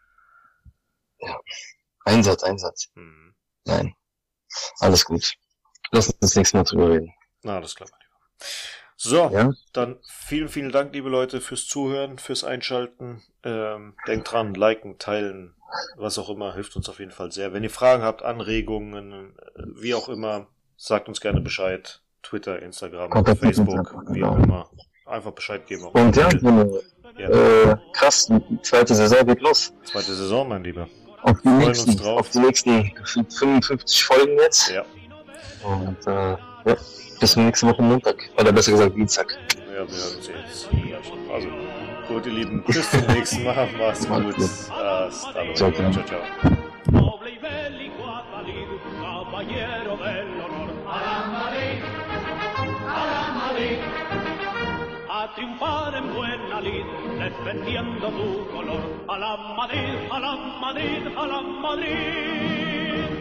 Einsatz, Einsatz. Mhm. Nein. Alles gut. Lass uns das nächste Mal drüber reden. Na, alles klar, mein Lieber. So, Ja? dann vielen, vielen Dank, liebe Leute, fürs Zuhören, fürs Einschalten. Ähm, denkt dran, liken, teilen, was auch immer, hilft uns auf jeden Fall sehr. Wenn ihr Fragen habt, Anregungen, äh, wie auch immer, sagt uns gerne Bescheid. Twitter, Instagram, Kontaktiert uns Facebook, einfach, wie auch genau. immer. Einfach Bescheid geben. Auch Und ja, per so eine, Ja. äh, krass, die zweite Saison geht los. Zweite Saison, mein Lieber. Auf die Freuen uns nächsten, drauf. auf die nächsten gefühlt fünfundfünfzig Folgen jetzt. Ja, Und äh, ja, bis nächste Woche Montag. Oder besser gesagt Dienstag. ja, wir hören uns jetzt gleich. Also, gut, ihr Lieben, bis zum nächsten Mal. Macht's gut. Hasta luego. Ciao, ciao. Ciao, ciao. Noble y bélico Adalid, caballero del honor. A la Madrid, a la Madrid, a triunfar en buena lid, defendiendo tu color. A la Madrid, a la Madrid, a la Madrid.